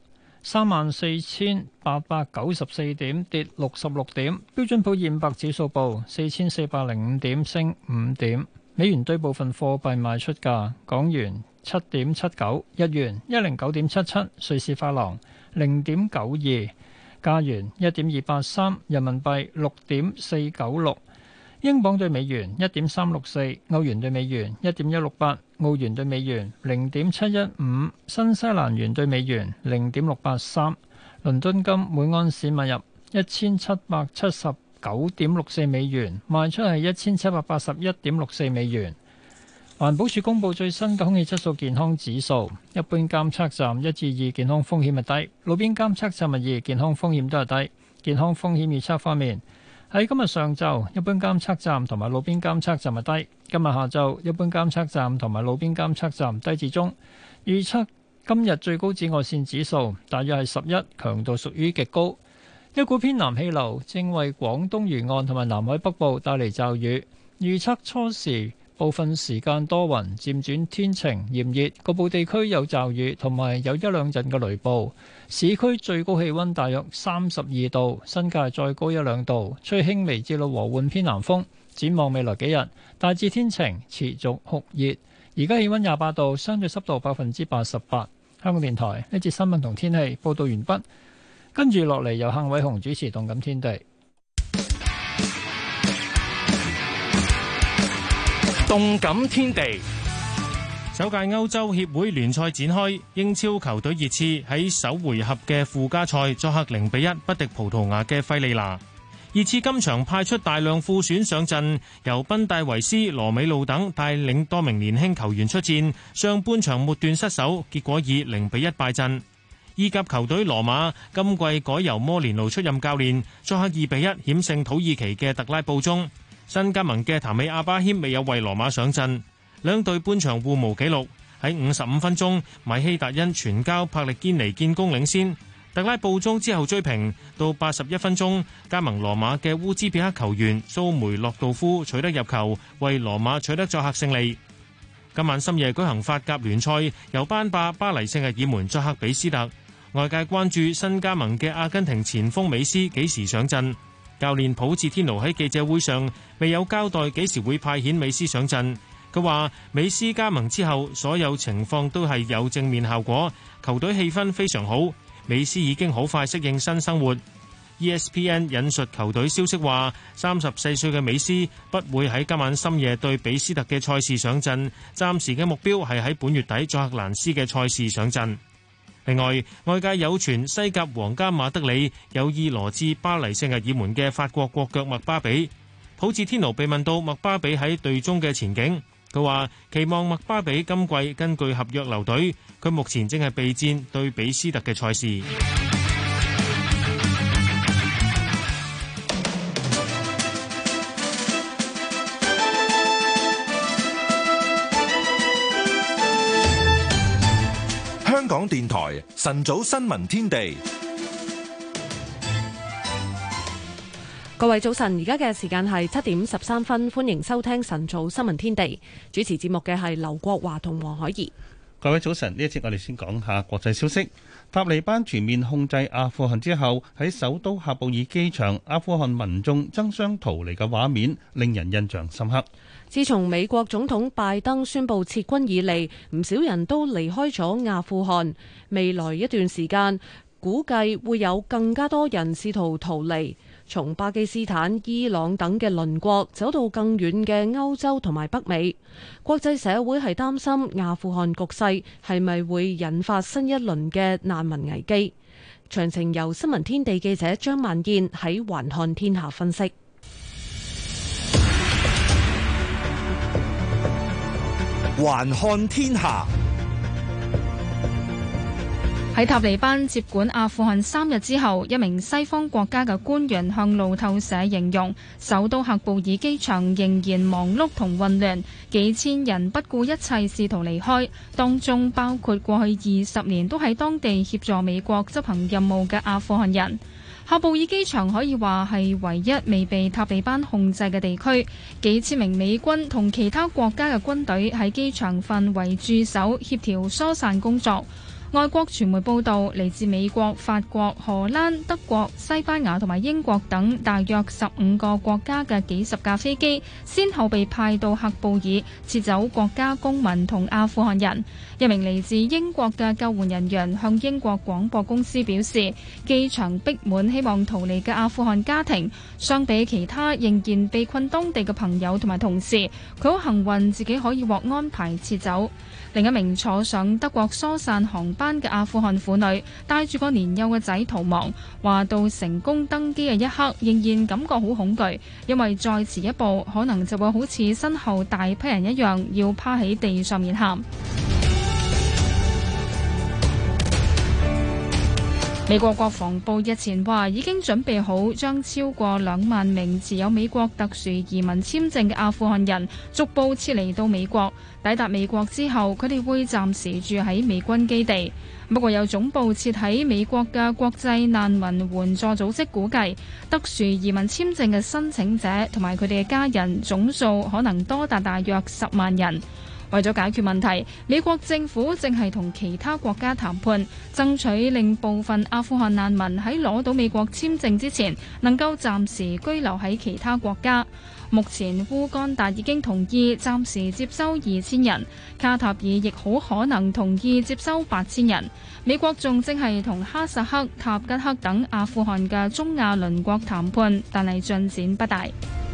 Speaker 17: 34,894點，跌66點；標準普爾500指數報4,405點，升5點。美元對部分貨幣賣出價：港元7.79，日元109.77，瑞士法郎0.92，加元1.283，人民幣6.496。英鎊對美元1.364，歐元對美元1.168，澳元對美元0.715，新西蘭元對美元0.683。倫敦金每盎司買入1779.64美元，賣出係1781.64美元。環保署公布最新嘅空氣質素健康指數，一般監測站1至2健康風險係低，路邊監測站2健康風險都係低。健康風險預測方面，喺今日上晝，一般監測站同埋路邊監測站係低；今日下晝，一般監測站同埋路邊監測站低至中。預測今日最高紫外線指數大約係11，強度屬於極高。一股偏南氣流正為廣東沿岸同埋南海北部帶嚟驟雨，預測初時部分時間多雲，漸轉天晴炎熱，局部地區有驟雨同埋有一兩陣嘅雷暴。市區最高氣溫大約32度，新界再高1、2度，吹輕微至到和緩偏南風。展望未來幾日，大致天晴，持續酷熱。而家氣溫28度，相對濕度88%。香港電台呢節新聞同天氣報道完畢，跟住落嚟由幸偉雄主持《動感天地》。
Speaker 14: 動感天地，首屆歐洲協會聯賽展開，英超球隊熱刺喺首回合嘅附加賽作客0-1不敵葡萄牙嘅費利拿。熱刺今場派出大量副選上陣，由賓戴維斯、羅美路等帶領多名年輕球員出戰，上半場末段失守，結果以0-1敗陣。意甲球隊羅馬今季改由摩連奴出任教練，作客2-1險勝土耳其嘅特拉布宗。新加盟嘅譚美阿巴謙未有為羅馬上陣，兩隊半場互無紀錄。喺55分鐘，米希達恩傳交柏力堅尼建功領先，特拉布宗之後追平。到81分鐘，加盟羅馬嘅烏茲比克球員蘇梅洛道夫取得入球，為羅馬取得作客勝利。今晚深夜舉行法甲聯賽，由班霸巴黎聖日耳門作客比斯特。外界關注新加盟嘅阿根廷前鋒美斯幾時上陣。教練普智天奴喺記者會上未有交代幾時會派遣美斯上陣。佢話美斯加盟之後，所有情況都係有正面效果，球隊氣氛非常好，美斯已經好快適應新生活。ESPN 引述球隊消息話，34歲嘅美斯不會喺今晚深夜對比斯特嘅賽事上陣，暫時嘅目標係喺本月底作客蘭斯嘅賽事上陣。另外，外界有傳西甲皇家馬德里有意羅致巴黎聖日耳門嘅法國國腳麥巴比。普智天奴被問到麥巴比喺隊中嘅前景，佢話期望麥巴比今季根據合約留隊，佢目前正係備戰對比斯特嘅賽事。
Speaker 1: 香港電台晨早新聞天地，
Speaker 3: 各位早晨，而家嘅時間係7:13，歡迎收聽晨早新聞天地。主持節目嘅係劉國華同黃海怡。
Speaker 4: 各位早晨，呢一節我哋先講下國際消息。塔利班全面控制阿富汗之後，喺首都喀布爾機場，阿富汗民眾爭相逃離嘅畫面令人印象深刻。
Speaker 3: 自從美國總統拜登宣布撤軍以嚟，唔少人都離開咗阿富汗。未來一段時間，估計會有更加多人試圖逃離。 從巴基斯坦、伊朗等嘅鄰國走到更遠嘅歐洲同埋北美。國際社會係擔心阿富汗局勢係咪會引發新一輪嘅難民危機。詳情由新聞天地記者張萬燕喺環看天下分析。
Speaker 5: 環看天下。
Speaker 21: 喺塔利班接管阿富汗3日之後，一名西方國家嘅官員向路透社形容，首都喀布爾機場仍然忙碌同混亂，幾千人不顧一切試圖離開，當中包括過去20年都喺當地協助美國執行任務嘅阿富汗人。喀布爾機場可以話係唯一未被塔利班控制嘅地區，幾千名美軍同其他國家嘅軍隊喺機場範圍駐守，協調疏散工作。外國傳媒報道，嚟自美國、法國、荷蘭、德國、西班牙同埋英國等大約15個國家嘅幾十架飛機，先後被派到喀布爾，撤走國家公民同阿富汗人。一名嚟自英國嘅救援人員向英國廣播公司表示，機場逼滿希望逃離嘅阿富汗家庭，相比其他仍然被困當地嘅朋友同埋同事，佢好幸運自己可以獲安排撤走。另一名坐上德國疏散航班嘅阿富汗婦女，帶住個年幼嘅仔逃亡，話到成功登機嘅一刻，仍然感覺好恐懼，因為再遲一步，可能就會好似身後大批人一樣，要趴喺地上面喊。美國國防部日前話已經準備好將超過2萬名持有美國特殊移民簽證嘅阿富汗人逐步撤離到美國。抵達美國之後，佢哋會暫時住喺美軍基地。不過有總部設喺美國嘅國際難民援助組織估計，特殊移民簽證嘅申請者同埋佢哋嘅家人總數可能多達大約10萬人。為咗解決問題，美國政府正係同其他國家談判，爭取令部分阿富汗難民喺攞到美國簽證之前，能夠暫時居留喺其他國家。目前烏干達已經同意暫時接收2000人，卡塔爾亦好可能同意接收8000人。美國仲正係同哈薩克、塔吉克等阿富汗嘅中亞鄰國談判，但係進展不大。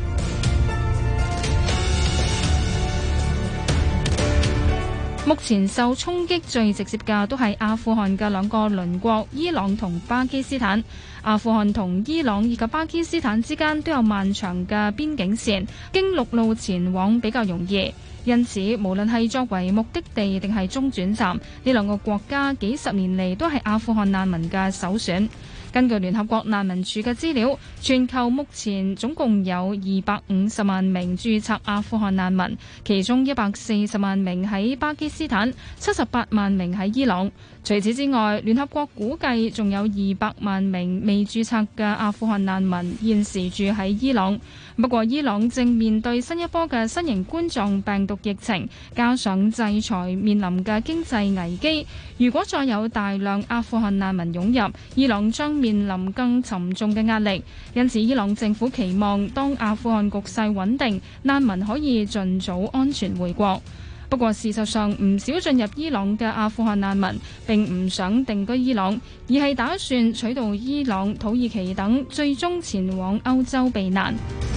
Speaker 21: 目前受衝擊最直接嘅都係阿富汗嘅2個鄰國伊朗同巴基斯坦。阿富汗同伊朗以及巴基斯坦之間都有漫長嘅邊境線，經陸路前往比較容易。因此，無論係作為目的地定係中轉站，呢2個國家幾十年嚟都係阿富汗難民嘅首選。根據聯合國難民署嘅資料，全球目前總共有250萬名註冊阿富汗難民，其中140萬名喺巴基斯坦，78萬名喺伊朗。除此之外，聯合國估計仲有200萬名未註冊嘅阿富汗難民現時住喺伊朗。不過，伊朗正面對新一波嘅新型冠狀病毒疫情，加上制裁面臨嘅經濟危機，如果再有大量阿富汗難民湧入，伊朗將面臨更沉重嘅壓力。因此，伊朗政府期望當阿富汗局勢穩定，難民可以盡早安全回國。不過事實上，唔少進入伊朗嘅阿富汗難民並唔想定居伊朗，而係打算取道伊朗、土耳其等，最終前往歐洲避難。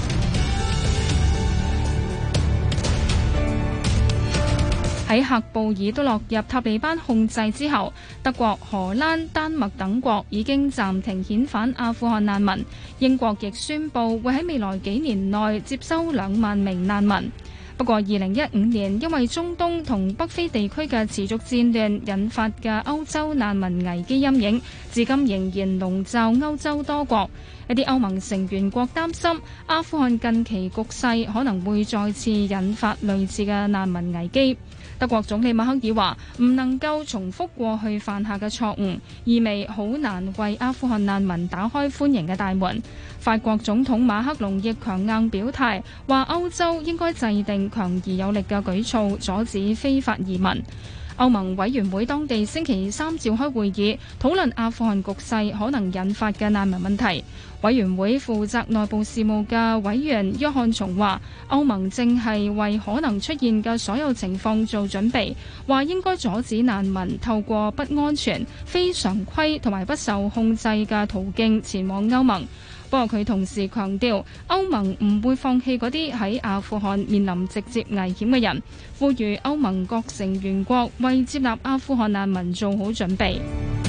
Speaker 21: 喺喀布爾都落入塔利班控制之後，德國、荷蘭、丹麥等國已經暫停遣返阿富汗難民，英國亦宣布會喺未來幾年內接收2萬名難民。不過2015年因為中東同北非地區嘅持續戰亂引發嘅歐洲難民危機陰影，至今仍然籠罩歐洲多國。一啲歐盟成員國擔心阿富汗近期局勢可能會再次引發類似嘅難民危機。德國總理默克爾話唔能夠重複過去犯下嘅錯誤，意味好難為阿富汗難民打開歡迎嘅大門。法國總統馬克龍亦強硬表態，話歐洲應該制定強而有力嘅舉措，阻止非法移民。歐盟委員會當地星期3召開會議，討論阿富汗局勢可能引發嘅難民問題。委員會負責內部事務嘅委員約翰松話，歐盟正係為可能出現嘅所有情況做準備，話應該阻止難民透過不安全、非常規同埋不受控制嘅途徑前往歐盟。 不過佢同時強調，歐盟唔會放棄嗰啲喺阿富汗面臨直接危險嘅人，呼籲歐盟各成員國為接納阿富汗難民做好準備。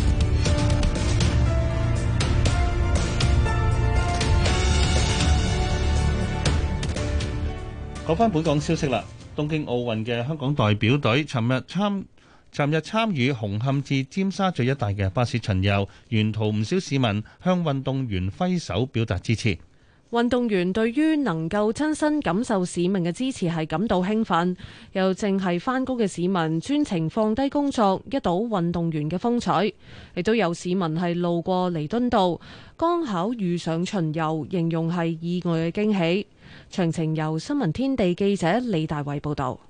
Speaker 4: 講返本港消息啦，東京奧運嘅香港代表隊尋日參與紅磡至尖沙咀一帶嘅巴士巡遊，沿途唔少市民向運動員揮手表達支持。
Speaker 3: 運動員對於能夠親身感受市民嘅支持係感到興奮，又淨係返工嘅市民專程放低工作，一睹運動員嘅風采。亦都有市民係路過彌敦道，剛巧遇上巡遊，形容係意外嘅驚喜。詳情由新聞天地記者李大偉報導。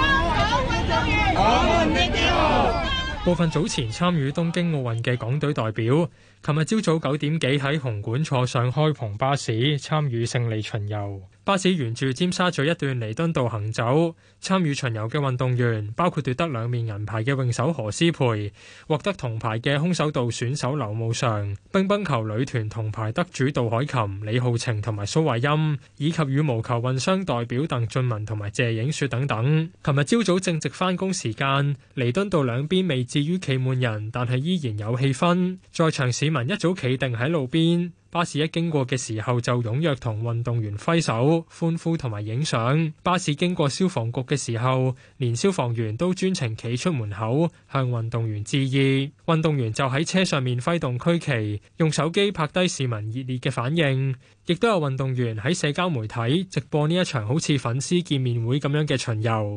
Speaker 8: 部分早前參與東京奧運嘅港隊代表，琴日朝早9點幾喺紅館坐上開篷巴士，參與勝利巡遊。巴士沿住尖沙咀一段彌敦道行走，參與巡遊嘅運動員包括奪得2面銀牌嘅泳手何詩蓓，獲得銅牌嘅空手道選手劉慕裳，乒乓球女團銅牌得主杜凱琹、李浩晴同埋蘇慧音，以及羽毛球混雙代表鄧俊文同埋謝影雪等等。琴日朝早正值返工時間，彌敦道兩邊未至於企滿人，但係依然有氣氛。在場市民一早企定喺路邊，巴士一經過嘅時候就踴躍同運動員揮手、歡呼同埋影相。巴士經過消防局嘅時候，連消防員都專程企出門口向運動員致意。運動員就喺車上面揮動區旗，用手機拍低市民熱烈嘅反應。亦都有運動員喺社交媒體直播呢一場好似粉絲見面會咁樣嘅巡遊。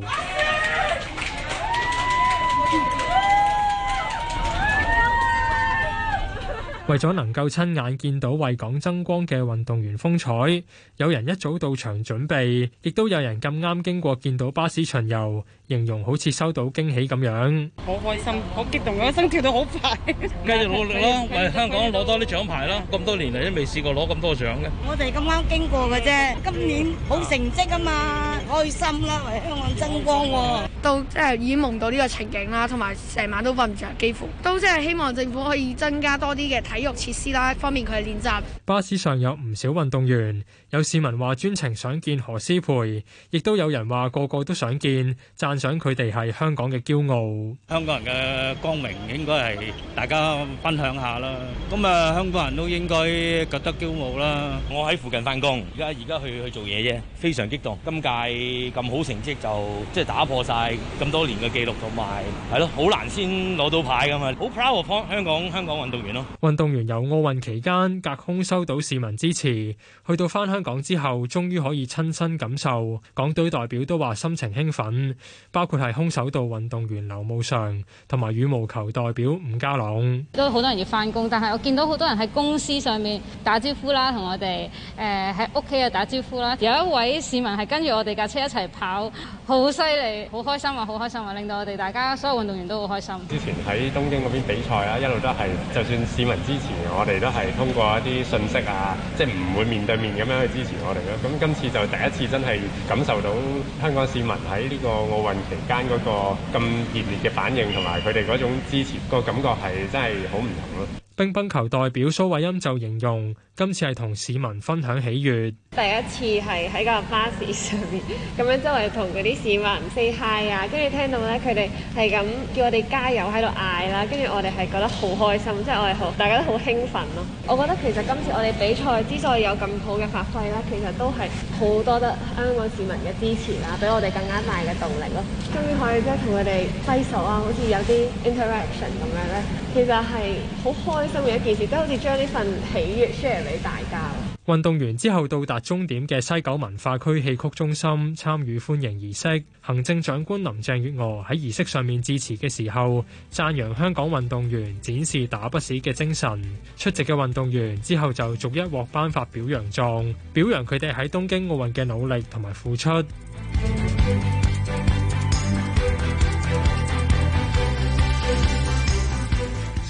Speaker 8: 為咗能夠親眼見到為港爭光嘅運動員風采，有人一早到場準備，亦都有人咁啱經過見到巴士巡遊，形容好似收到驚喜咁樣。
Speaker 22: 好開心，好激動，個心跳得好快。
Speaker 23: 繼續努力啦，為香港攞多啲獎牌啦！咁多年嚟都未試過攞咁多獎嘅。
Speaker 22: 我哋咁啱經過嘅啫，今年好成績啊嘛，開心啦，為香港爭光喎。
Speaker 24: 都即係已經夢到呢個情景啦，同埋成晚都瞓唔着，幾乎都即係希望政府可以增加多啲嘅體育設施啦，方便佢哋練習。
Speaker 8: 巴士上有唔少運動員，有市民話專程想見何詩蓓，亦都有人話個個都想見，讚賞佢哋係香港嘅驕傲。
Speaker 23: 香港人嘅光榮應該係大家分享下啦。咁啊，香港人都應該覺得驕傲啦。我喺附近翻工，而家去做嘢啫，非常激動。今屆咁好成績就即係打破晒咁多年嘅記錄，同埋係咯，好難先攞到牌㗎嘛，好 proud of 香港運動員咯。
Speaker 8: 運動員由奧運期間隔空收到市民支持，去到返香港之後，終於可以親身感受。港隊代表都話心情興奮，包括係空手道運動員劉慕裳同埋羽毛球代表伍家朗。
Speaker 25: 都好多人要返工，但係我見到好多人喺公司上面打招呼啦，同我哋喺屋企啊打招呼啦。有一位市民係跟住我哋架車一齊跑，好犀利，好開心啊，好開心啊，令到我哋大家所有運動員都好開心。
Speaker 26: 之前喺東京嗰邊比賽啦，一路都係就算市民支持我哋都係通過一啲信息啊，即係唔會面對面咁樣去支持我哋咯。咁今次就第一次真係感受到香港市民喺呢個奧運期間嗰個咁熱烈嘅反應，同埋佢哋嗰種支持個感覺係真係好唔同咯。
Speaker 8: 乒乓球代表蘇慧音就形容今次係同市民分享喜悅。
Speaker 27: 第一次係喺個巴士上面咁樣周圍同嗰啲市民 say hi 啊，跟住聽到咧佢哋係咁叫我哋加油喺度嗌啦，跟住我哋係覺得好開心，即係我哋大家都好興奮咯。我覺得其實今次我哋比賽之所以有咁好嘅發揮啦，其實都係好多得香港市民嘅支持啦，俾我哋更加大嘅動力咯。終於可以即係同佢哋揮手啊，好似有啲 interaction 咁樣咧，其實係好開心嘅一件事，即係好似將呢份喜悅 share 俾大家。
Speaker 8: 運動員之後到達終點嘅西九文化區戲曲中心參與歡迎儀式，行政長官林鄭月娥喺儀式上面致辭嘅時候，讚揚香港運動員展示打不死嘅精神。出席嘅運動員之後就逐一獲頒發表揚狀，表揚佢哋喺東京奧運嘅努力同埋付出。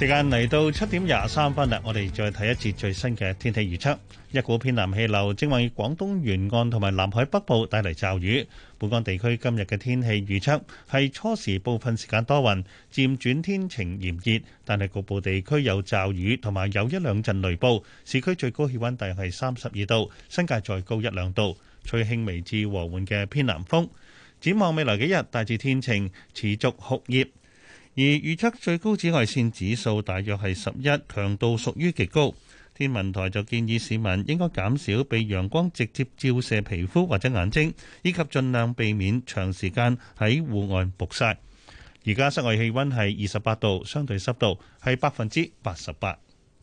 Speaker 4: 時間嚟到7:23啦，我哋再睇一節最新嘅天氣預測。一股偏南氣流正為廣東沿岸同埋南海北部帶嚟驟雨。本港地區今日嘅天氣預測係初時部分時間多雲，漸轉天晴炎熱，但係局部地區有驟雨同埋有一兩陣雷暴。市區最高氣溫大約係32度，新界再高1-2度，吹輕微至和緩嘅偏南風。展望未來幾日，大致天晴，持續酷熱。而預測最高紫外線指數大約係11，強度屬於極高。天文台就建議市民應該減少被陽光直接照射皮膚或者眼睛，以及盡量避免長時間喺戶外曝曬。而家室外氣溫係28度，相對濕度係88%。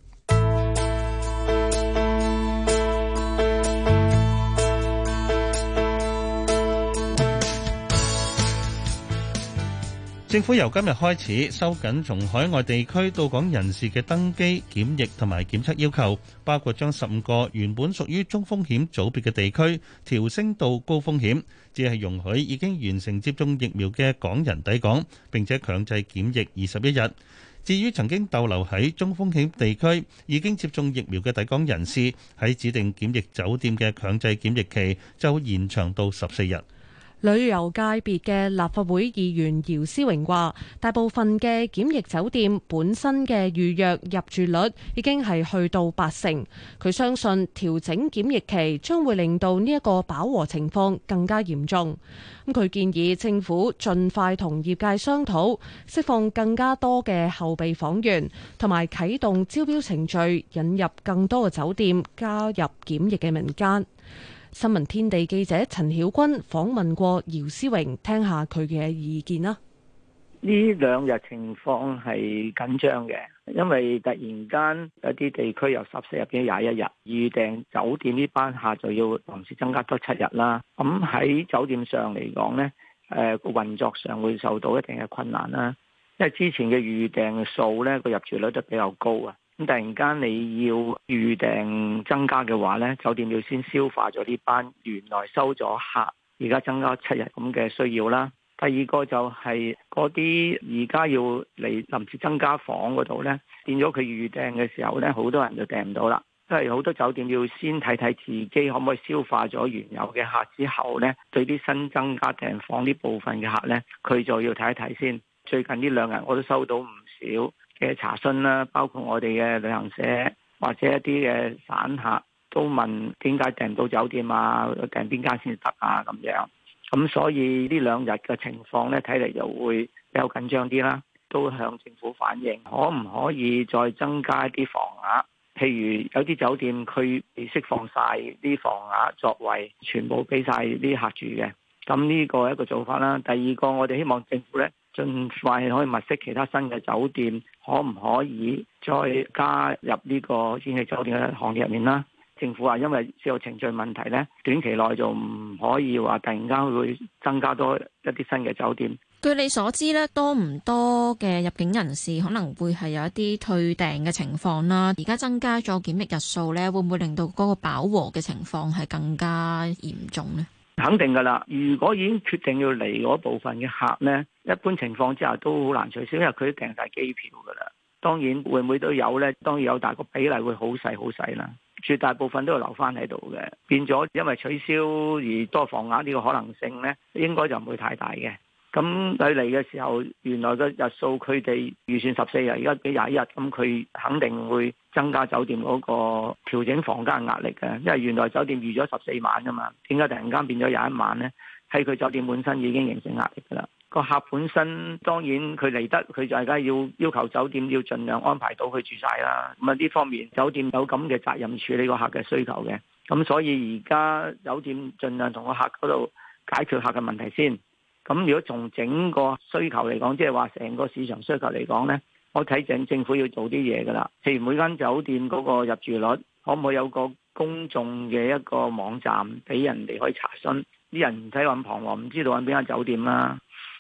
Speaker 4: 政府由今日開始收緊從海外地區到港人士嘅登機、檢疫同埋檢測要求，包括將15個原本屬於中風險組別嘅地區調升到高風險，只係容許已經完成接種疫苗嘅港人抵港，並且強制檢疫21日。至於曾經逗留喺中風險地區已經接種疫苗嘅抵港人士，喺指定檢疫酒店嘅強制檢疫期就延長到14日。
Speaker 3: 旅遊界別嘅立法會議員姚思榮話，大部分嘅檢疫酒店本身嘅預約入住率已經係去到80%。佢相信調整檢疫期將會令到呢一個飽和情況更加嚴重。佢建議政府盡快同業界商討，釋放更加多嘅後備房源，同埋啟動招標程序，引入更多嘅酒店加入檢疫嘅名單。新聞天地記者陳曉君訪問過姚思榮，聽下佢嘅意見啦。
Speaker 7: 呢兩日情況係緊張嘅，因為突然間有啲地區由14日變咗21日，預訂酒店呢班客就要臨時增加多7日啦。咁喺酒店上嚟講呢，個運作上會受到一定嘅困難啦。因為之前嘅預訂嘅數呢，個入住率都比較高啊。咁突然間你要預訂增加嘅話呢，酒店要先消化咗呢班原來收咗客，而家增加7日咁嘅需要啦。第二個就係嗰啲而家要嚟臨時增加房嗰度呢，變咗佢預訂嘅時候呢，好多人就訂唔到啦。因為好多酒店要先睇睇自己可唔可以消化咗原有嘅客之後呢，對啲新增加訂房呢部分嘅客呢，佢就要睇一睇先。最近呢2日我都收到唔少嘅查詢啦，包括我哋嘅旅行社或者一啲嘅散客都問點解訂唔到酒店啊，訂邊間先得啊咁樣。咁所以呢2日嘅情況呢，睇嚟就會比較緊張啲啦。都向政府反映，可唔可以再增加一啲房額？譬如有啲酒店佢被釋放晒啲房額作為全部俾晒啲客住嘅，咁呢個係一個做法啦。第二個，我哋希望政府呢，盡快可以物色其他新嘅酒店，可唔可以再加入呢個檢疫酒店嘅行業入面啦？政府話因為有程序問題呢，短期內就唔可以話突然間會增加多一啲新嘅酒店。
Speaker 9: 據你所知咧，多唔多嘅入境人士可能會係有一啲退訂嘅情況啦？而家增加咗檢疫日數咧，會唔會令到嗰個飽和嘅情況係更加嚴重呢？
Speaker 7: 肯定噶啦，如果已經決定要嚟嗰部分嘅客呢，一般情況之下都好難取消，因為佢都訂晒機票噶啦。當然會唔會都有呢？當然有，但係個比例會好細啦。絕大部分都要留翻喺度嘅，變咗因為取消而多房額呢個可能性呢，應該就唔會太大嘅。咁佢嚟嘅時候，原來嘅日數佢哋預算14日，而家俾21日，咁佢肯定會增加酒店嗰個調整房間壓力嘅，因為原來酒店預咗14晚㗎嘛，點解突然間變咗21晚呢？喺佢酒店本身已經形成壓力㗎啦。個客本身當然佢嚟得，佢就係梗係要求酒店要盡量安排到佢住晒啦。咁啊呢方面酒店有咁嘅責任處理個客嘅需求嘅，咁所以而家酒店盡量同個客嗰度解決客嘅問題先。咁如果從整個需求嚟講，即係話成個市場需求嚟講呢，我睇政府要做啲嘢㗎啦。譬如每間酒店嗰個入住率，可唔可以有個公眾嘅一個網站俾人哋可以查詢？啲人唔使咁彷徨，唔知道揾邊間酒店啦。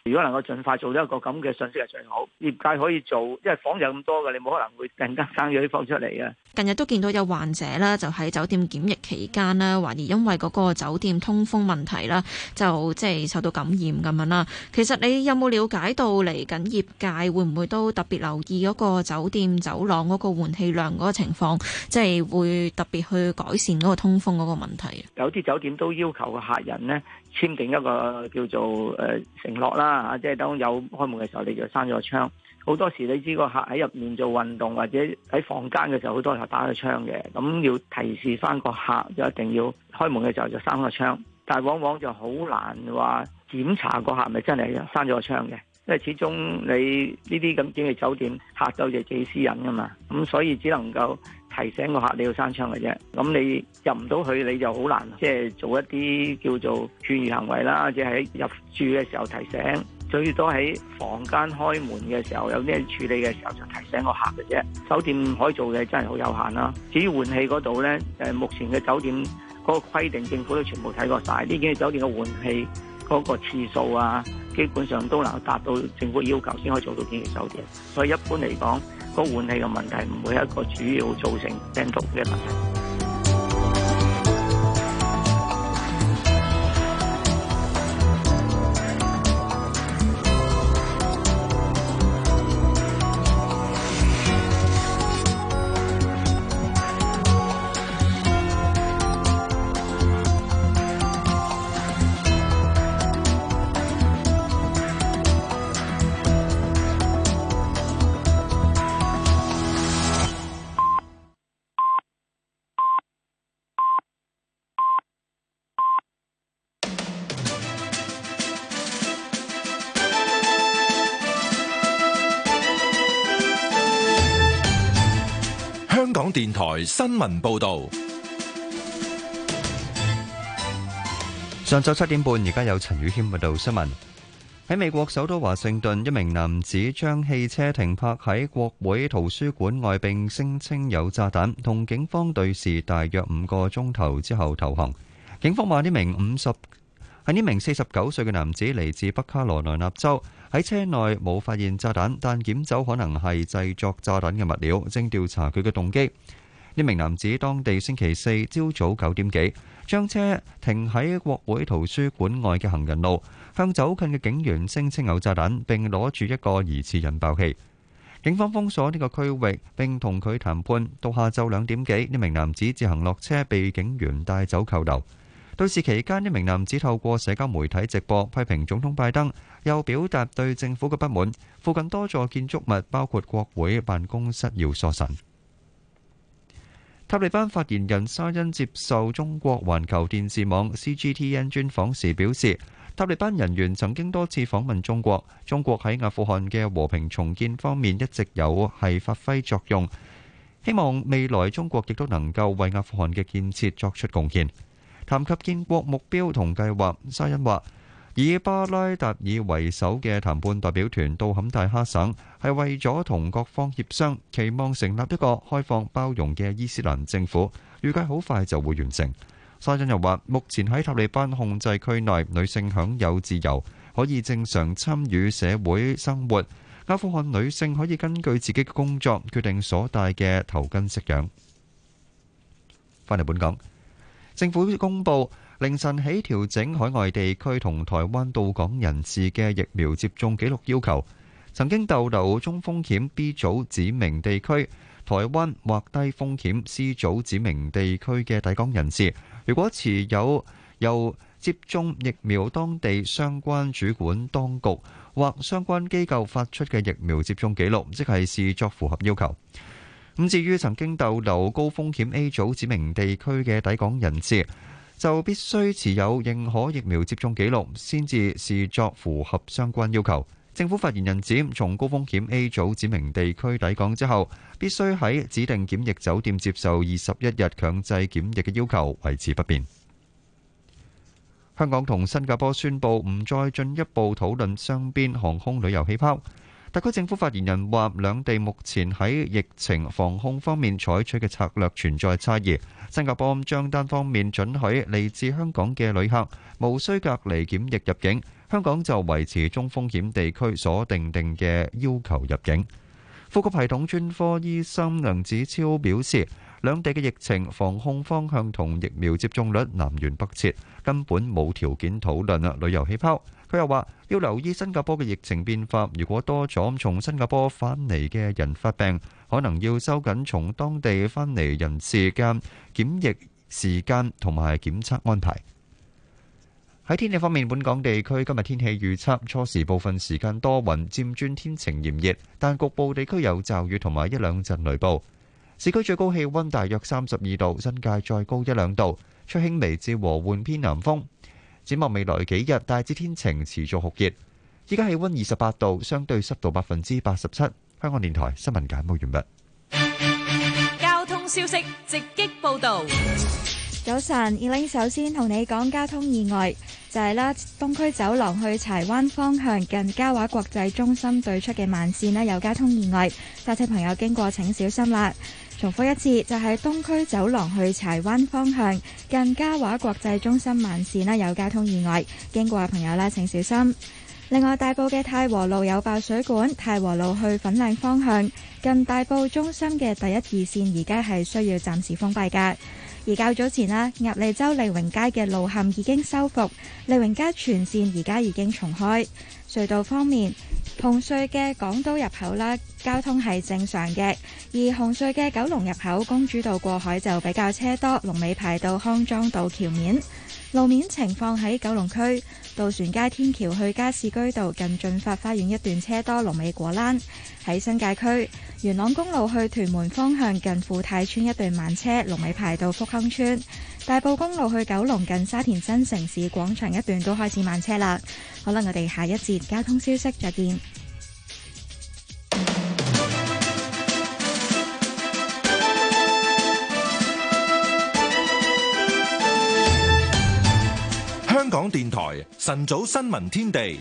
Speaker 7: 如果能夠盡快做到一個咁嘅信息係最好，業界可以做，因為房就咁多嘅，你冇可能會突然間生咗啲房出嚟嘅。
Speaker 9: 近日都見到有患者啦，就喺酒店檢疫期間啦，懷疑因為嗰個酒店通風問題啦，就即係受到感染咁樣啦。其實你有冇了解到嚟緊業界會唔會都特別留意嗰個酒店走廊嗰個換氣量嗰個情況，即係會特別去改善嗰個通風嗰個問題？
Speaker 7: 有啲酒店都要求個客人呢簽訂一個叫做承諾啦，即係當有開門嘅時候，你就閂咗個窗。好多時你知個客喺入面做運動或者喺房間嘅時候，好多時候打咗窗嘅，咁要提示翻個客就一定要開門嘅時候就閂個窗。但係往往就好難話檢查個客係咪真係閂咗個窗嘅，因為始終你呢啲咁嘅酒店客就自己私隱噶嘛，咁所以只能夠提醒個客你要閂窗嘅啫。咁你入唔到去，你就好難即係做一啲叫做勸喻行為啦，即係喺入住嘅時候提醒。最多喺房間開門嘅時候有咩處理嘅時候就提醒個客嘅啫。酒店可以做嘅真係好有限啦。至於換氣嗰度呢，目前嘅酒店嗰個規定政府都全部睇過晒，呢幾間酒店嘅換氣嗰個次數啊，基本上都能夠達到政府要求先可以做到檢疫酒店。所以一般嚟講，個換氣嘅問題唔會係一個主要造成病毒嘅問題。
Speaker 1: 香港電台新聞報道，
Speaker 18: 上晝7點半，而家有陳宇謙報道新聞。喺美國首都華盛頓，一名男子將汽車停泊喺國會圖書館外，並聲稱有炸彈，同警方對峙大約5個鐘頭之後投降。警方話呢名49歲嘅男子嚟自北卡羅來納州，喺車內冇發現炸彈，但檢走可能係製作炸彈嘅物料，正調查佢嘅動機。呢名男子當地星期四朝早9點幾，將車停喺國會圖書館外嘅行人路，向走近嘅警員聲稱有炸彈，並攞住一個疑似引爆器。警方封鎖呢個區域，並同佢談判。到下晝2點幾，呢名男子自行落車，被警員帶走扣留。對峙期間，呢名男子透過社交媒體直播，批評總統拜登，又表達對政府嘅不滿。附近多座建築物，包括國會辦公室，要疏散。塔利班發言人沙欣接受中國環球電視網 CGTN 專訪時表示，塔利班人員曾經多次訪問中國，中國喺阿富汗嘅和平重建方面一直有係發揮作用，希望未來中國亦都能夠為阿富汗嘅建設作出貢獻。談及建國目標同計劃，沙欣話，以巴拉達爾為首嘅談判代表團到坎大哈省，係為咗同各方協商，期望成立一個開放包容嘅伊斯蘭政府，預計好快就會完成。沙欣又話，目前喺塔利班控制區內，女性享有自由，可以正常參與社會生活。阿富汗女性可以根據自己嘅工作決定所戴嘅頭巾式樣。翻嚟本港。政府公布凌晨起調整海外地區同台灣到港人士嘅疫苗接種記錄要求。曾經逗留中風險 B 組指明地區、台灣或低風險 C 組指明地區嘅抵港人士，如果持有由接種疫苗當地相關主管當局或相關機構發出嘅疫苗接種記錄，即係視作符合要求。咁至於曾經逗留高風險 A 組指明地區嘅抵港人士，就必須持有認可疫苗接種記錄，先至視作符合相關要求。政府發言人指，從高風險 A 組指明地區抵港之後，必須喺指定檢疫酒店接受21日強制檢疫嘅要求維持不變。香港同新加坡宣布唔再進一步討論雙邊航空旅遊氣泡。特區政府發言人話，兩地目前喺疫情防控方面採取嘅策略存在差異。新加坡將單方面准許嚟自香港嘅旅客無需隔離檢疫入境， 香港就維持中風險地區所訂定嘅要求入境。呼吸系統專科醫生梁子超表示，兩地嘅疫情防控方向同疫苗接種率南轅北轍，根本冇條件討論旅遊氣泡。佢又話要留意新加坡嘅疫情變化，如果多咗從新加坡返嚟嘅人發病，可能要收緊從當地返嚟人士嘅檢疫時間同埋檢測安排。喺天氣方面，本港地區今日天氣預測，初時部分時間多雲，漸轉天晴炎熱，但局部地區有驟雨同埋一兩陣雷暴。市區最高氣溫大約32度，新界再高一兩度，吹輕微至和緩偏南風。展望未來幾日，大致天晴，持續酷熱。依家氣溫28度，相對濕度87%。香港電台新聞簡報完
Speaker 6: 畢。交通消息直擊報道。
Speaker 10: 早晨，Elaine首先同你講交通意外，就係啦，東區走廊去柴灣方向近嘉華國際中心對出嘅慢線呢有交通意外，揸車朋友經過請小心啦。重複一次，就係東區走廊去柴灣方向近嘉華國際中心慢線呢有交通意外，經過嘅朋友呢請小心。另外，大埔嘅太和路有爆水管，太和路去粉嶺方向近大埔中心嘅第一二線而家係需要暫時封閉㗎。而較早前啦，鴨脷洲利榮街嘅路陷已經修復，利榮街全線而家已經重開。隧道方面，紅隧嘅港島入口啦，交通係正常嘅；而紅隧嘅九龍入口公主道過海就比較車多，龍尾排到康莊道橋面。路面情況喺九龍區渡船街天橋去加士居道近駿發花園一段車多，龍尾果欄。喺新界區元朗公路去屯門方向近富泰村一段慢車，龍尾排到福亨村。大埔公路去九龍近沙田新城市廣場一段都開始慢車啦。好啦，我哋下一節交通消息再見。
Speaker 1: 香港電台晨早新聞天地，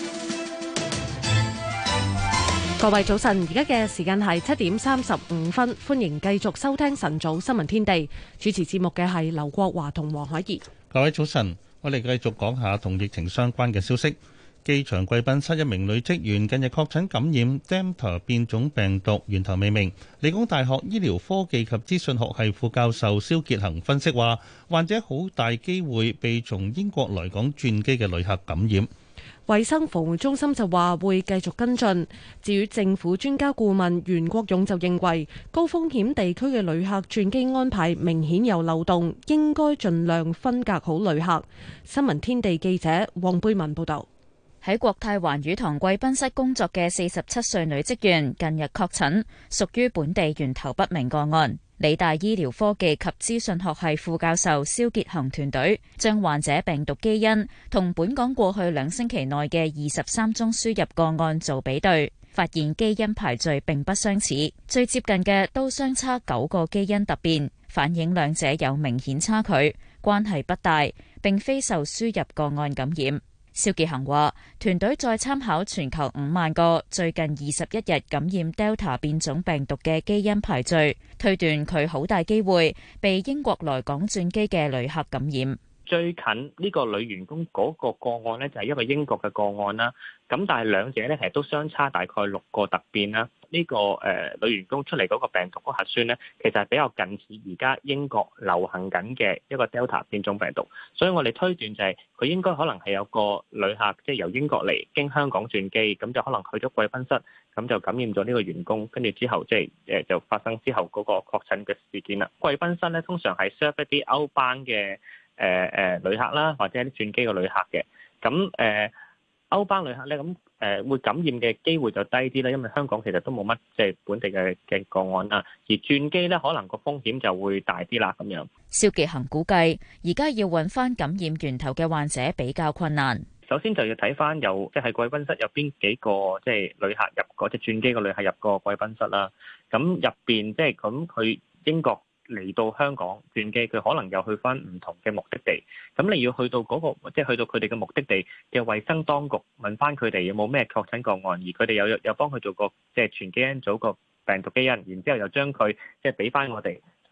Speaker 3: 各位早晨，而家嘅時間係7點35分，歡迎繼續收聽晨早新聞天地。主持節目嘅係劉國華同黃海怡。
Speaker 4: 各位早晨，我哋繼續講下同疫情相關嘅消息。機場貴賓室一名女職員近日確診感染 Delta 變種病毒，源頭未明。理工大學醫療科技及資訊學系副教授蕭傑恒分析話，患者好大機會被從英國來港轉機嘅旅客感染。
Speaker 3: 衛生防護中心就話會繼續跟進。至於政府專家顧問袁國勇就認為，高風險地區嘅旅客轉機安排明顯有漏洞，應該盡量分隔好旅客。新聞天地記者黃貝文報道。
Speaker 19: 喺國泰環宇堂貴賓室工作嘅47歲女職員近日確診，屬於本地源頭不明個案。理大醫療科技及資訊學系副教授蕭傑恒團隊將患者病毒基因同本港過去2星期內嘅23宗輸入個案做比對，發現基因排序並不相似，最接近嘅都相差9個基因突變，反映兩者有明顯差距，關係不大，並非受輸入個案感染。蕭傑恒話：團隊再參考全球5萬個最近21日感染 Delta 變種病毒嘅基因排序，推斷佢好大機會被英國來港轉機嘅旅客感染。
Speaker 11: 最近呢個女員工嗰個個案呢，就係一個英國嘅個案啦。咁但係兩者呢，其實都相差大概6個突變啦。呢個女員工出嚟嗰個病毒嗰核酸呢，其實係比較近似而家英國流行緊嘅一個 Delta 變種病毒。所以我哋推斷就係佢應該可能係有個旅客即係由英國嚟經香港轉機，咁就可能去咗貴賓室，咁就感染咗呢個員工，跟住之後即係就發生之後嗰個確診嘅事件啦。貴賓室呢，通常係 serve 一啲歐班嘅旅客啦，或者一啲轉機嘅旅客嘅，咁歐班旅客咧，咁會感染嘅機會就低啲啦，因為香港其實都冇乜即係本地嘅個案啦，而轉機咧可能個風險就會大啲啦咁樣。
Speaker 19: 蕭傑恒估計，而家要揾翻感染源頭嘅患者比較困難。
Speaker 11: 首先就要睇翻有即係貴賓室有邊幾個即係旅客入過即係轉機嘅旅客入過貴賓室啦，咁入邊即係咁佢英國嚟到香港轉機，佢可能又去翻唔同嘅目的地，咁你要去到嗰個即係去到佢哋嘅目的地嘅衛生當局問翻佢哋有冇咩確診個案，而佢哋有幫佢做個即係全基因組個病毒基因，然之後又將佢即係俾翻我哋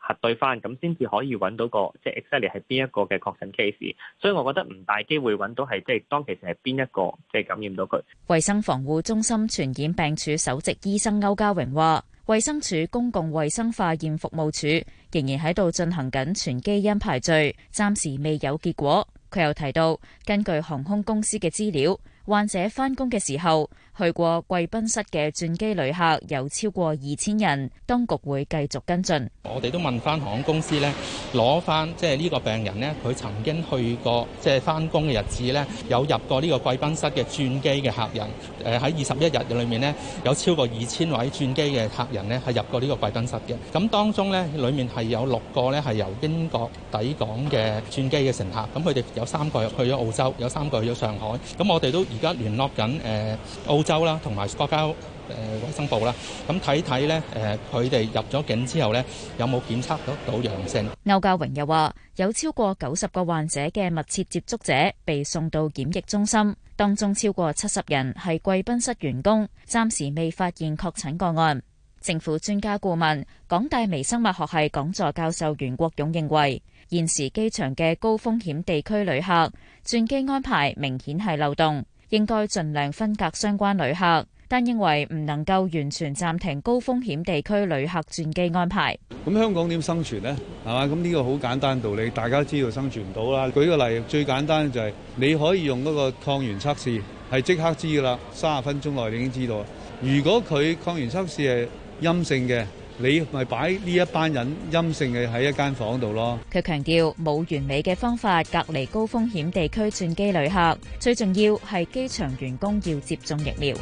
Speaker 11: 核對翻，咁先至可以揾到個即係 exactly 係邊一個嘅確診 case。所以我覺得唔大機會揾到係即係當其時係邊一個即係感染到佢。
Speaker 19: 衛生防護中心傳染病處首席醫生歐家榮話，衛生署公共衛生化驗服務處仍然喺度進行緊全基因排序，暫時未有結果。佢又提到，根據航空公司嘅資料，患者返工嘅時候去過貴賓室嘅轉機旅客有超過2000人，當局會繼續跟進。
Speaker 2: 我哋都問翻航空公司咧，攞翻即係呢個病人咧，佢曾經去過即係翻工嘅日子咧，有入過呢個貴賓室嘅轉機嘅客人。喺21日裏面呢，有超過2000位轉機嘅客人呢係入過呢個貴賓室嘅。咁當中呢，裡面係有6個呢係由英國抵港嘅轉機嘅乘客。咁佢哋有3個去咗澳洲，有3個去咗上海。咁我哋都而家聯絡緊澳洲啦，同埋國家衛生部啦，咁睇睇咧佢哋入咗境之後咧，有冇檢測到陽性。
Speaker 19: 歐家榮又話，有超過90個患者嘅密切接觸者被送到檢疫中心，當中超過70人係貴賓室員工，暫時未發現確診個案。政府專家顧問、港大微生物學系講座教授袁國勇認為，現時機場嘅高風險地區旅客轉機安排明顯係漏洞，應該盡量分隔相關旅客，但認為唔能夠完全暫停高風險地區旅客轉機安排。
Speaker 12: 咁香港點生存呢？係嘛？咁呢個好簡單道理，大家知道生存唔到啦。舉個例，最簡單就係你可以用嗰個抗原測試，係即刻知㗎啦，30分鐘內你已經知道。如果佢抗原測試係陰性嘅，你咪擺呢一班人陰性嘅喺一間房度咯。
Speaker 19: 佢強調冇完美嘅方法隔離高風險地區轉機旅客，最重要係機場員工要接種疫苗。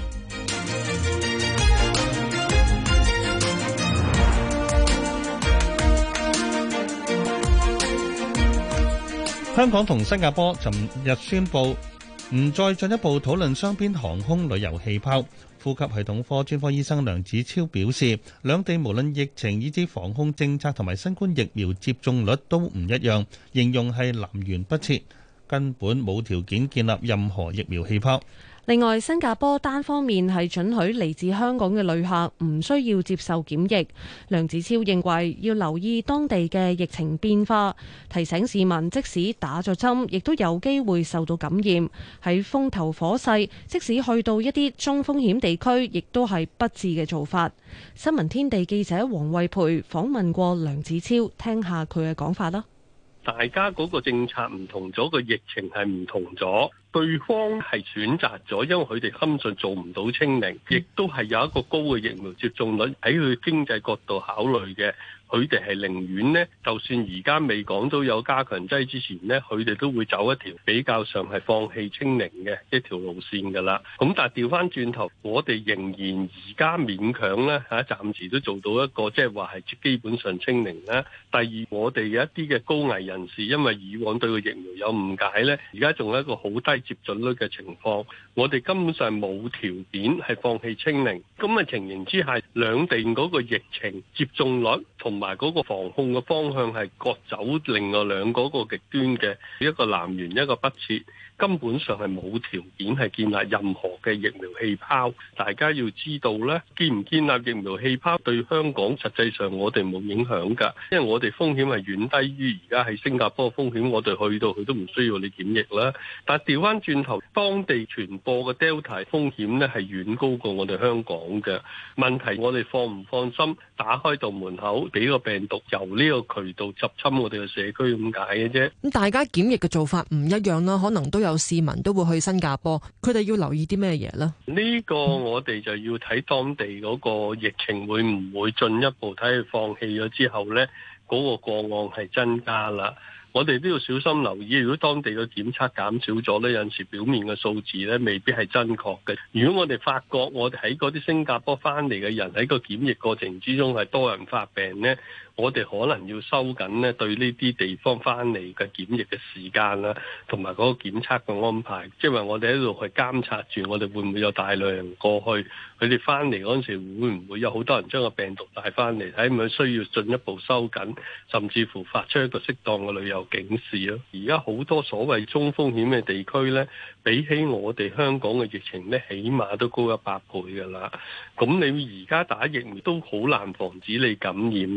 Speaker 4: 香港同新加坡尋日宣布唔再進一步討論雙邊航空旅遊氣泡。呼吸系統科專科醫生梁子超表示，兩地無論疫情以至防控政策同埋新冠疫苗接種率都唔一樣，形容係南轅北轍，根本冇條件建立任何疫苗氣泡。
Speaker 3: 另外，新加坡單方面係准許嚟自香港嘅旅客唔需要接受檢疫。梁子超認為要留意當地嘅疫情變化，提醒市民即使打咗針，亦都有機會受到感染。喺風頭火勢，即使去到一啲中風險地區，亦都係不智嘅做法。新聞天地記者黃慧培訪問過梁子超，聽下佢嘅講法啦。
Speaker 13: 大家嗰個政策唔同咗，個疫情係唔同咗，對方係選擇咗，因為佢哋深信做唔到清零，亦都係有一個高嘅疫苗接種率，喺佢經濟角度考慮嘅。佢哋係寧願呢，就算而家未講到有加強劑之前呢，佢哋都會走一條比較上係放棄清零嘅一條路線㗎啦。咁但係調翻轉頭，我哋仍然而家勉強呢，暫時都做到一個即係話係基本上清零啦。第二，我哋有一啲嘅高危人士，因為以往對個疫苗有誤解呢，而家仲有一個好低接種率嘅情況，我哋根本上冇條件係放棄清零。咁嘅情形之下，兩地嗰個疫情接種率同埋嗰個防控嘅方向係各走另外兩個極端嘅，一個南轅一個北轍，根本上係冇條件係建立任何嘅疫苗氣泡。大家要知道呢，建唔建立疫苗氣泡對香港實際上我哋冇影響㗎，因為我哋風險係遠低於而家喺新加坡風險，我哋去到佢都唔需要你檢疫啦。但係調翻轉頭，當地傳播嘅 Delta 風險呢係遠高過我哋香港嘅。問題我哋放唔放心打開道門口俾個病毒由呢個渠道入侵我哋嘅社區咁解嘅啫。
Speaker 15: 咁大家檢疫嘅做法唔一樣啦，可能都有市民都會去新加坡，佢哋要留意啲咩嘢呢？
Speaker 13: 呢個我哋就要睇當地嗰個疫情會唔會進一步睇佢放棄咗之後呢，嗰個個案係增加啦。我哋都要小心留意，如果當地嘅檢測減少咗呢，有陣時表面嘅數字呢未必係真確嘅。如果我哋發覺我哋喺嗰啲新加坡翻嚟嘅人喺個檢疫過程之中係多人發病呢，我哋可能要收緊呢對呢啲地方翻嚟嘅檢疫嘅時間啦，同埋嗰個檢測嘅安排，即係話我哋喺度去監察住，我哋會唔會有大量人過去，佢哋翻嚟嗰陣時會唔會有好多人將個病毒帶翻嚟，睇唔睇需要進一步收緊，甚至乎發出一個適當嘅旅遊警示咯。而家好多所謂中風險嘅地區呢，比起我哋香港嘅疫情呢，起碼都高100倍㗎啦。咁你而家打疫苗都好難防止你感染啦。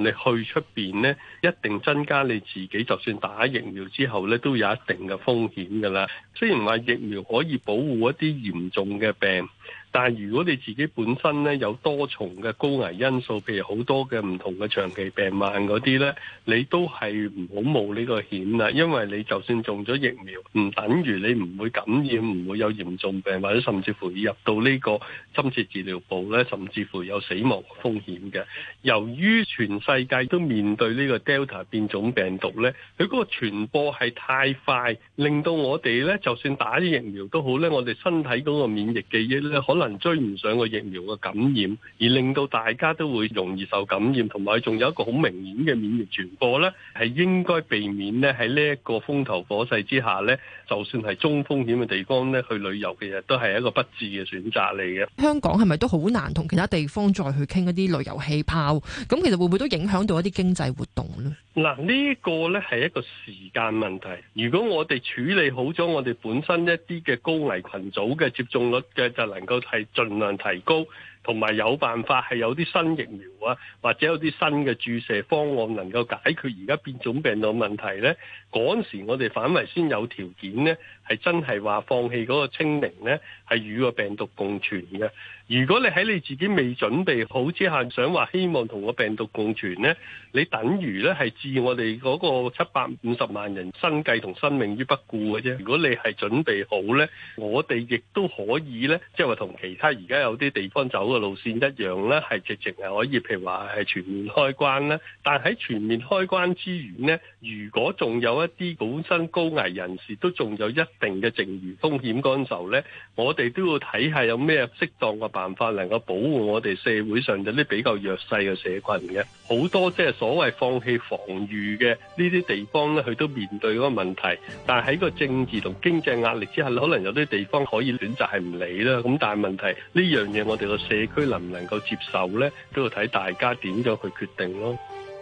Speaker 13: 你去出邊呢，一定增加你自己，就算打疫苗之後呢，都有一定嘅風險㗎啦。雖然話疫苗可以保護一啲嚴重嘅病，但係如果你自己本身呢有多重嘅高危因素，譬如好多嘅唔同嘅長期病患嗰啲呢，你都係唔好冒呢個險啦。因為你就算中咗疫苗，唔等於你唔會感染，唔會有嚴重病，或者甚至乎入到呢個深切治療部呢，甚至乎有死亡風險嘅。由於全世界都面對呢個 Delta 變種病毒呢，佢嗰個傳播係太快，令到我哋呢就算打啲疫苗都好呢，我哋身體嗰個免疫記憶呢，可能追唔上個疫苗嘅感染，而令到大家都會容易受感染，同埋仲有一個好明顯嘅免疫傳播呢，係應該避免呢喺呢一個風頭火勢之下呢，就算係中風險嘅地方呢，去旅遊其實都係一個不智嘅選擇嚟嘅。
Speaker 15: 香港係咪都好難同其他地方再去傾一啲旅遊氣泡？咁其實會唔會都影響到一啲經濟活動呢？
Speaker 13: 嗱，呢個呢係一個時間問題。如果我哋處理好咗我哋本身一啲嘅高危群組嘅接種率嘅，就能夠係盡量提高，同埋有辦法係有啲新疫苗啊，或者有啲新嘅注射方案能夠解決而家變種病毒問題呢，嗰陣時我哋反為先有條件呢，係真係話放棄嗰個清零呢，係與個病毒共存嘅。如果你喺你自己未準備好之下，想話希望同個病毒共存呢，你等於呢係置我哋嗰個750萬人生計同生命於不顧嘅啫。如果你係準備好呢，我哋亦都可以呢，即係話同其他而家有啲地方走嘅路線一樣呢，係直情係可以譬如話係全面開關啦。但喺全面開關之餘呢，如果仲有一啲本身高危人士都仲有一定嘅剩餘風險嗰陣時候呢，我哋都要睇下有咩適當嘅辦法能夠保護我哋社會上有啲比較弱勢嘅社群嘅。好多即係所謂放棄防禦嘅呢啲地方呢，佢都面對嗰個問題。但係喺個政治同經濟壓力之下，可能有啲地方可以選擇係唔理啦。咁但係問題呢樣嘢，我哋個社區能唔能夠接受呢？都要睇大家點樣去決定咯。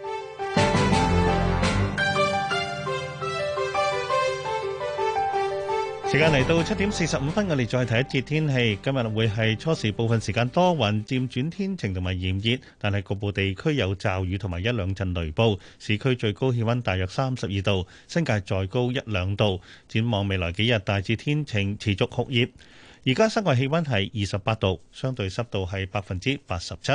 Speaker 4: 時間嚟到7:45，我哋再睇一節天氣。今日會係初時部分時間多雲，漸轉天晴同埋炎熱，但係局部地區有驟雨同埋一兩陣雷暴。市區最高氣溫大約32度，新界再高1、2度。展望未來幾日，大致天晴，持續酷熱。而家室外氣溫係28度，相對濕度係87%。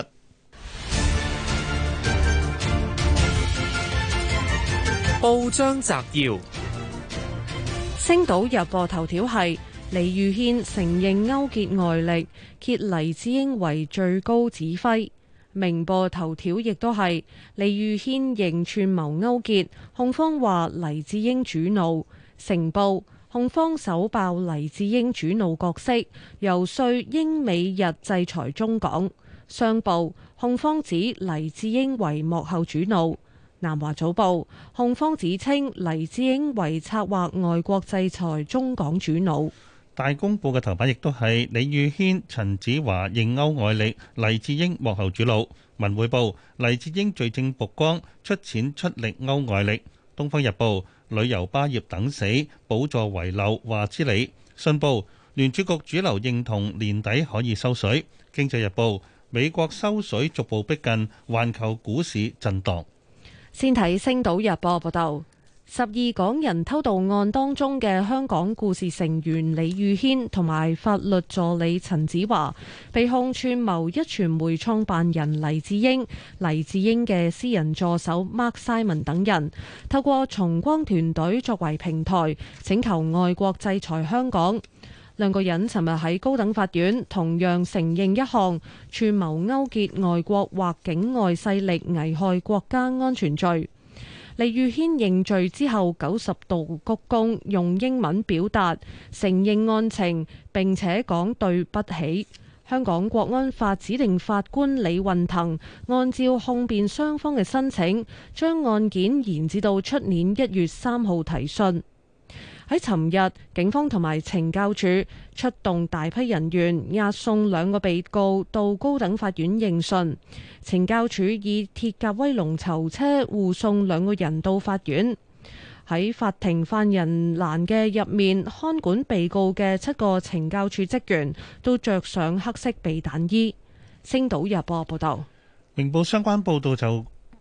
Speaker 5: 報章摘要。
Speaker 3: 星島日報頭條係李宇軒承認勾結外力，揭黎智英為最高指揮。明報頭條亦都係李宇軒認串謀勾結，控方話黎智英主腦。成報控方搜爆黎智英主腦角色，游說英美日制裁中港。商報控方指黎智英為幕後主腦。南華早報控方指稱黎智英為策劃外國制裁中港主腦。
Speaker 4: 大公報嘅頭版亦都係李宇軒、陳梓華認勾外力，黎智英幕後主腦。文匯報黎智英罪證曝光，出錢出力勾外力。東方日報旅遊巴業等死，補助遺漏話之理。信報聯儲局主流認同年底可以收水。經濟日報美國收水逐步逼近，環球股市震盪。
Speaker 3: 先睇《星島日報》報道，12港人偷渡案當中嘅香港故事成員李宇軒同埋法律助理陳梓華，被控串謀壹傳媒創辦人黎智英嘅私人助手 Mark Simon 等人，透過重光團隊作為平台，請求外國制裁香港。兩個人尋日喺高等法院同樣承認一項串謀勾結外國或境外勢力危害國家安全罪。李宇軒認罪之後90度鞠躬，用英文表達承認案情，並且講對不起。香港國安法指定法官李運騰按照控辯雙方嘅申請，將案件延至到出年1月3號提訊。喺尋日，警方同埋懲教署出動大批人員押送兩個被告到高等法院應訊。懲教署以鐵甲威龍囚車護送兩個人到法院。喺法庭犯人欄嘅入面，看管被告嘅7個懲教署職員都着上黑色避彈衣。星島日報報道。
Speaker 4: 明報相關報導就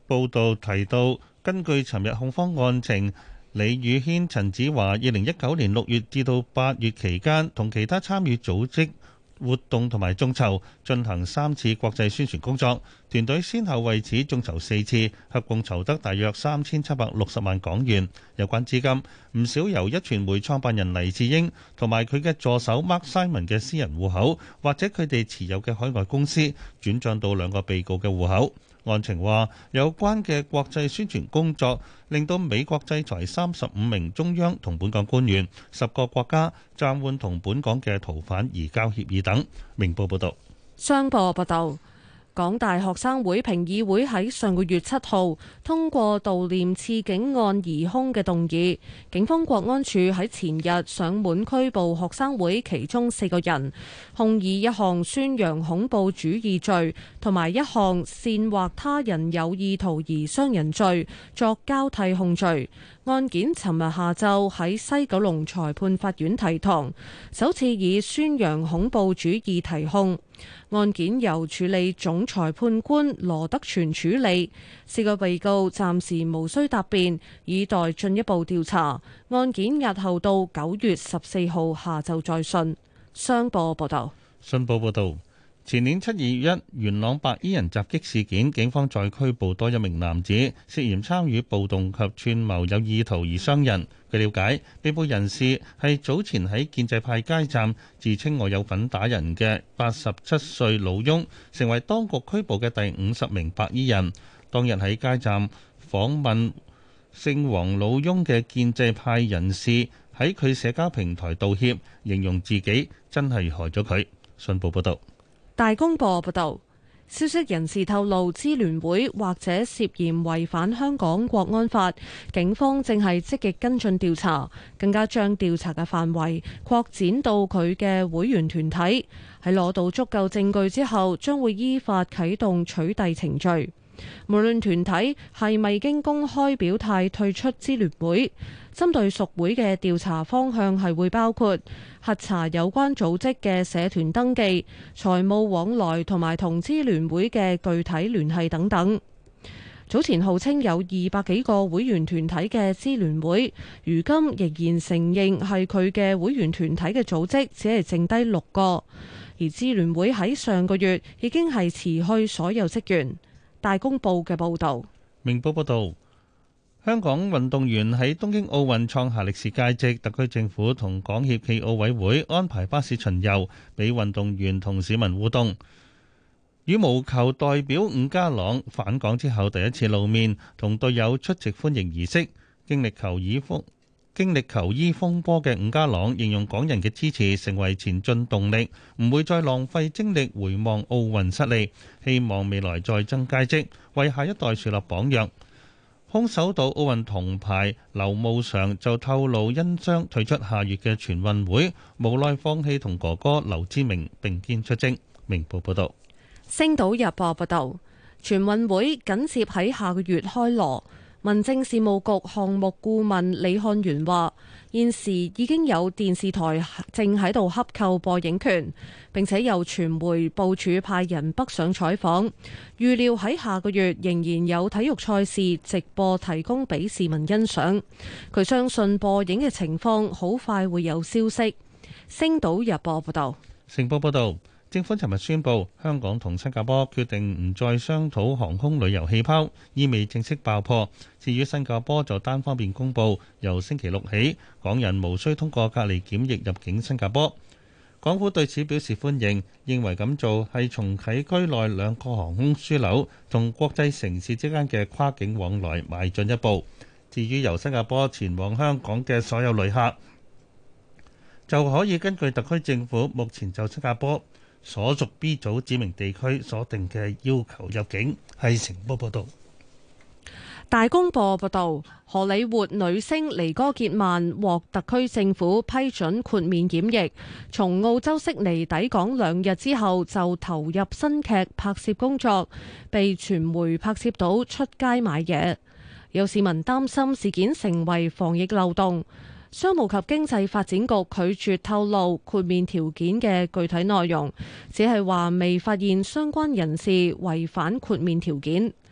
Speaker 4: 報道提到，根據尋日控方案情，李宇軒、陳子華2019年6月至到8月期間，同其他參與組織活動同埋眾籌進行3次國際宣傳工作，團隊先後為此眾籌4次，合共籌得大約3760萬港元。有關資金唔少由壹傳媒創辦人黎智英同埋佢嘅助手 Mark Simon 嘅私人戶口，或者佢哋持有嘅海外公司轉帳到2個被告嘅戶口。案情話，有關嘅國際宣傳工作令到美國制裁35名中央同本港官員，10個國家暫緩同本港嘅逃犯移交協議等。明報報道。
Speaker 3: 商報報道。港大學生會評議會喺上個月7號通過悼念刺警案疑兇嘅動議，警方國安處喺前日上門拘捕學生會其中4個人，控以一項宣揚恐怖主義罪同埋一項煽惑他人有意圖而傷人罪作交替控罪。案件尋日下晝喺西九龍裁判法院提堂，首次以宣揚恐怖主義提控。案件由處理總裁判官羅德全處理，4個被告暫時無需答辯，以待進一步調查。案件押後到9月14號下晝再訊。商報報道。
Speaker 4: 信報報導。前年7月1元朗白衣人襲擊事件，警方再拘捕多一名男子，涉嫌參與暴動及串謀有意圖而傷人。據了解，被捕人士係早前喺建制派街站自稱我有份打人嘅87歲老翁，成為當局拘捕嘅第50名白衣人。當日喺街站訪問姓黃老翁嘅建制派人士喺佢社交平台道歉，形容自己真係害咗佢。信報報道。
Speaker 3: 大公報報道，消息人士透露，支聯會或者涉嫌違反香港國安法，警方正係積極跟進調查，更加將調查嘅範圍擴展到佢嘅會員團體。喺攞到足夠證據之後，將會依法啟動取締程序。無論團體係咪經公開表態退出支聯會，針對屬會嘅調查方向係會包括核查有關組織嘅社團登記、財務往來同埋同支聯會嘅具體聯繫等等。早前號稱有200幾個會員團體嘅支聯會，如今仍然承認係佢嘅會員團體嘅組織，只係剩低6個。而支聯會喺上個月已經係辭去所有職員。大公報嘅報導。
Speaker 4: 明報報導。香港運動員喺東京奧運創下歷史佳績，特區政府同港協暨奧委會安排巴士巡遊，俾運動員同市民互動。羽毛球代表伍家朗返港之後第一次露面，同隊友出席歡迎儀式。經歷球衣風波嘅伍家朗形容港人嘅支持成為前進動力，唔會再浪費精力回望奧運失利，希望未來再增佳績，為下一代樹立榜樣。空手道奧運銅牌劉慕裳就透露因傷退出下月嘅全運會，無奈放棄同哥哥劉之明並肩出征。明報報道。
Speaker 3: 星島日報報道，全運會緊接喺下個月開鑼。民政事務局項目顧問李漢元話，現時已經有電視台正喺度洽購播映權，並且有傳媒部署派人北上採訪，預料喺下個月仍然有體育賽事直播提供俾市民欣賞。佢相信播映嘅情況好快會有消息。星島日報報道。
Speaker 4: 成報報道。政府尋日宣布，香港同新加坡決定唔再商討航空旅遊氣泡，意味正式爆破。至於新加坡就單方面公佈，由星期六起，港人無需通過隔離檢疫入境新加坡。港府對此表示歡迎，認為咁做係重啟區內兩個航空樞紐同國際城市之間嘅跨境往來邁進一步。至於由新加坡前往香港嘅所有旅客，就可以根據特區政府目前就新加坡所屬 B 組指明地區所定嘅要求入境。係成報報導。
Speaker 3: 大公報報導，荷里活女星妮歌潔曼獲特區政府批准豁免檢疫，從澳洲悉尼抵港2日之後就投入新劇拍攝工作，被傳媒拍攝到出街買嘢。有市民擔心事件成為防疫漏洞。商務及經濟發展局拒絕透露豁免條件嘅具體內容，只係話未發現相關人士違反豁免條件。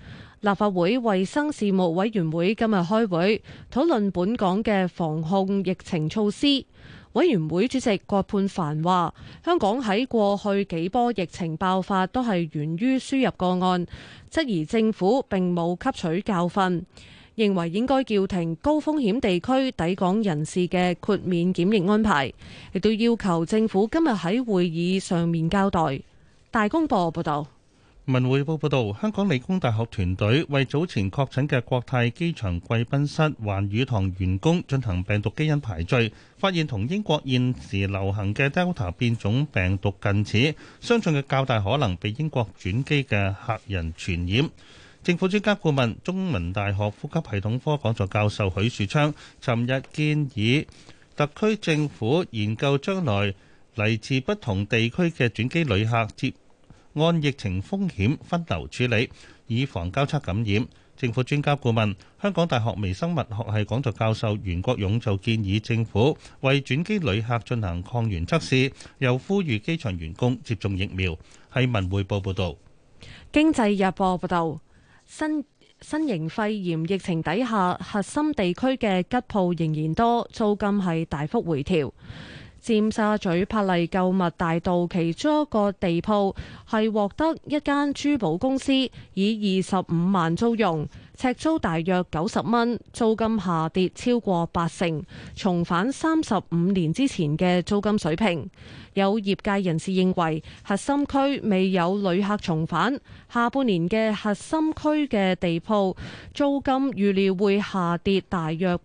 Speaker 3: 立法會衛生事務委員會今日開會討論本港嘅防控疫情措施。委員會主席葛珮帆話：香港喺過去幾波疫情爆發都係源於輸入個案，質疑政府並冇吸取教訓，認為應該叫停高風險地區抵港人士嘅豁免檢疫安排，亦都要求政府今日喺會議上面交代。大公報報道。
Speaker 4: 文匯報報道，香港理工大學團隊為早前確診嘅國泰機場貴賓室環宇堂員工進行病毒基因排序，發現同英國現時流行嘅 Delta 變種病毒近似，相信嘅較大可能被英國轉機嘅客人傳染。政府專家顧問、中文大學呼吸系統科講座教授許樹昌尋日建議特區政府研究將來嚟自不同地區嘅轉機旅客按疫情風險分流處理，以防交叉感染。政府專家顧問、香港大學微生物學系講座教授袁國勇就建議政府為轉機旅客進行抗原測試，又呼籲機場員工接種疫苗。係文匯報報導。
Speaker 3: 經濟日報報導，新型肺炎疫情底下，核心地區嘅吉鋪仍然多，租金係大幅回調。尖沙咀柏麗購物大道其中一個地鋪係獲得一間珠寶公司以25萬租用，呎租大約90蚊，租金下跌超過80%，重返35年之前嘅租金水平。有業界人士認為，核心區未有旅客重返，下半年嘅核心區嘅地鋪租金預料會下跌大約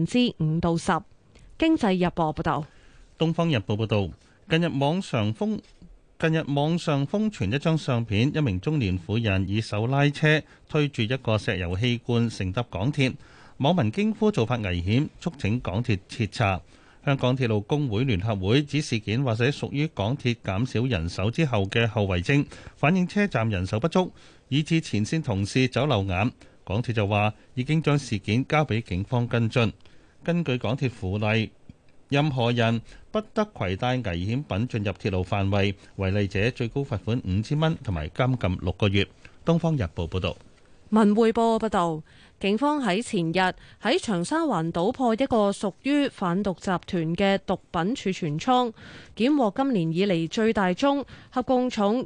Speaker 3: 5%到10%。經濟日報報道。
Speaker 4: 《東方日報》報導，近日網上瘋傳一張相片，一名中年婦人以手拉車推住一個石油氣罐乘搭港鐵，網民驚呼做法危險，促請港鐵徹查。香港鐵路工會聯合會指事件或者屬於港鐵減少人手之後嘅後遺症，反映車站人手不足，以致前線同事走漏眼。港鐵就話已經將事件交俾警方跟進。根據港鐵附例，任何人不得攜帶危險品進入鐵路範圍，違例者最高罰款5000蚊同埋監禁6個月。《東方日報》報導。
Speaker 3: 文匯報報道，警方喺前日喺長沙灣搗破一個屬於販毒集團嘅毒品儲存倉，檢獲今年以嚟最大宗合共重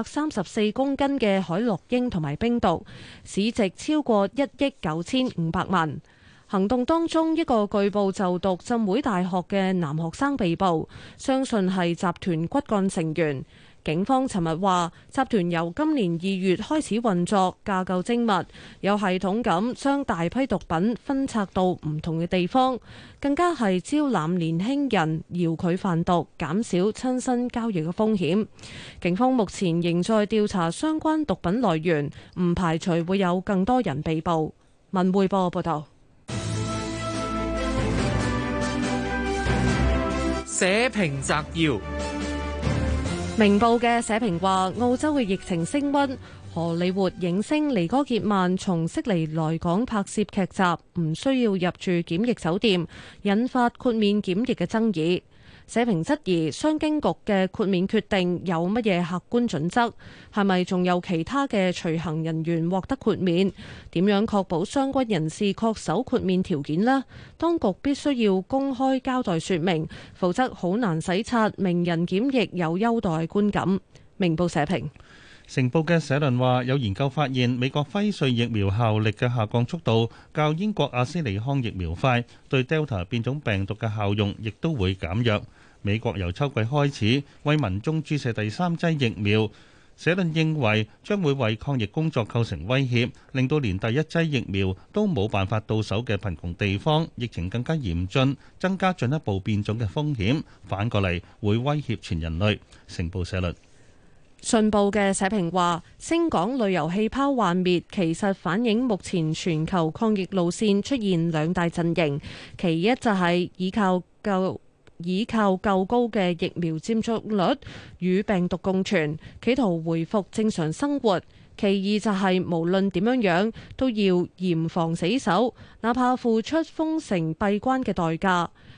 Speaker 3: 234公斤嘅海洛因同埋冰毒，市值超過1億9500萬。行動當中，一個據報就讀浸會大學嘅男學生被捕，相信係集團骨幹成員。警方尋日話，集團由今年2月開始運作，架構精密，有系統咁將大批毒品分拆到唔同嘅地方，更加係招攬年輕人遙距販毒，減少親身交易嘅風險。警方目前仍在調查相關毒品來源，唔排除會有更多人被捕。文匯報報道。
Speaker 5: 社評摘要：
Speaker 3: 明報嘅社評話，澳洲嘅疫情升溫，荷里活影星尼哥傑曼從悉尼來港拍攝劇集，唔需要入住檢疫酒店，引發豁免檢疫嘅爭議。社評質疑商經局嘅豁免決定有乜嘢客觀準則？係咪仲有其他嘅隨行人員獲得豁免？點樣確保相關人士確守豁免條件呢？當局必須要公開交代說明，否則好難洗刷名人檢疫有優待觀感。明報社評。
Speaker 4: 成報嘅社論話，有研究發現美國輝瑞疫苗效力嘅下降速度較英國阿斯利康疫苗快，對 Delta 變種病毒嘅效用亦都會減弱。美國由秋季開始為民眾注射第3劑疫苗，社論認為將會為抗疫工作構成威脅，令到連第1劑疫苗都冇辦法到手嘅貧窮地方，疫情更加嚴峻，增加進一步變種嘅風險，反過嚟會威脅全人類。成報社論。
Speaker 3: 信報嘅社評話，星港旅遊氣泡幻滅，其實反映目前全球抗疫路線出現2大陣營，其一就係依靠夠高嘅疫苗接種率與病毒共存，企圖恢復正常生活；其二就係無論點樣都要嚴防死守，哪怕付出封城閉關嘅代價。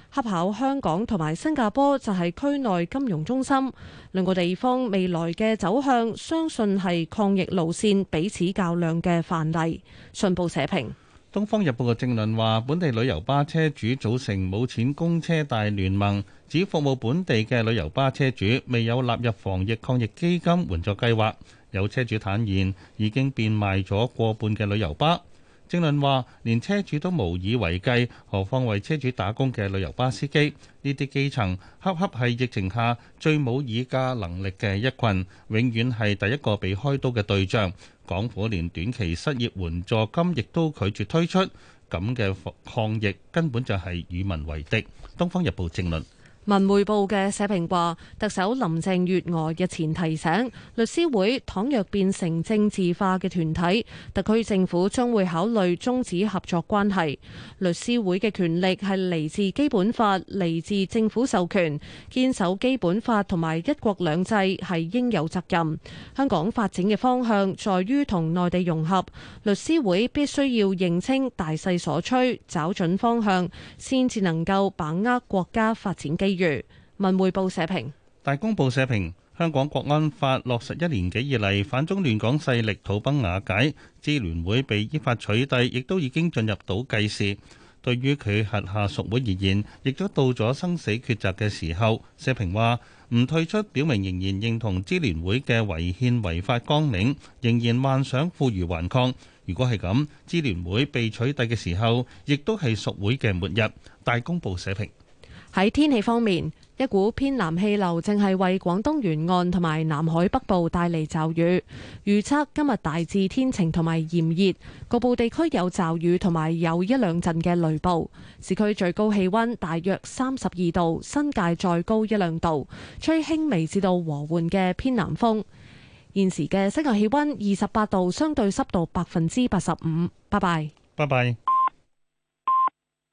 Speaker 3: 恰巧香港同埋新加坡就係區內金融中心，兩個地方未來嘅走向，相信係抗疫路線彼此較量嘅範例。信報社評。
Speaker 4: 《東方日報》嘅政論話，本地旅遊巴車主組成冇錢供車大聯盟，指服務本地嘅旅遊巴車主未有納入防疫抗疫基金援助計劃。有車主坦言，已經變賣咗過半嘅旅遊巴。政論話，連車主都無以為繼，何況為車主打工嘅旅遊巴司機？呢啲基層恰恰係疫情下最冇議價能力嘅一群，永遠係第一個被開刀嘅對象。港府連短期失業援助金亦都拒絕推出，咁嘅抗疫根本就係與民為敵。《東方日報》政論。
Speaker 3: 文匯報嘅社評話，特首林鄭月娥日前提醒，律師會倘若變成政治化嘅團體，特區政府將會考慮終止合作關係。律師會嘅權力係嚟自基本法，嚟自政府授權，堅守基本法同埋一國兩制係應有責任。香港發展嘅方向在於同內地融合，律師會必須要認清大勢所趨，找準方向，先至能夠把握國家發展機遇。文匯報社評。
Speaker 4: 大公報社評，香港國安法落實1年幾以嚟，反中亂港勢力土崩瓦解，支聯會被依法取締，亦都已經進入倒計時。對於佢轄下屬會而言，亦都到咗生死抉擇嘅時候。社評話，唔退出，表明仍然認同支聯會嘅違憲違法綱領，仍然幻想負隅頑抗。如果係咁，支聯會被取締嘅時候，亦都係屬會嘅末日。大公報社評。
Speaker 3: 喺天氣方面，一股偏南氣流正係為廣東沿岸同埋南海北部帶嚟驟雨。預測今日大致天晴同埋炎熱，局部地區有驟雨同埋有一兩陣嘅雷暴。市區最高氣溫大約32度，新界再高一兩度，吹輕微至到和緩嘅偏南風。現時嘅室外氣溫28度，相對濕度85%。拜拜。
Speaker 4: 拜拜。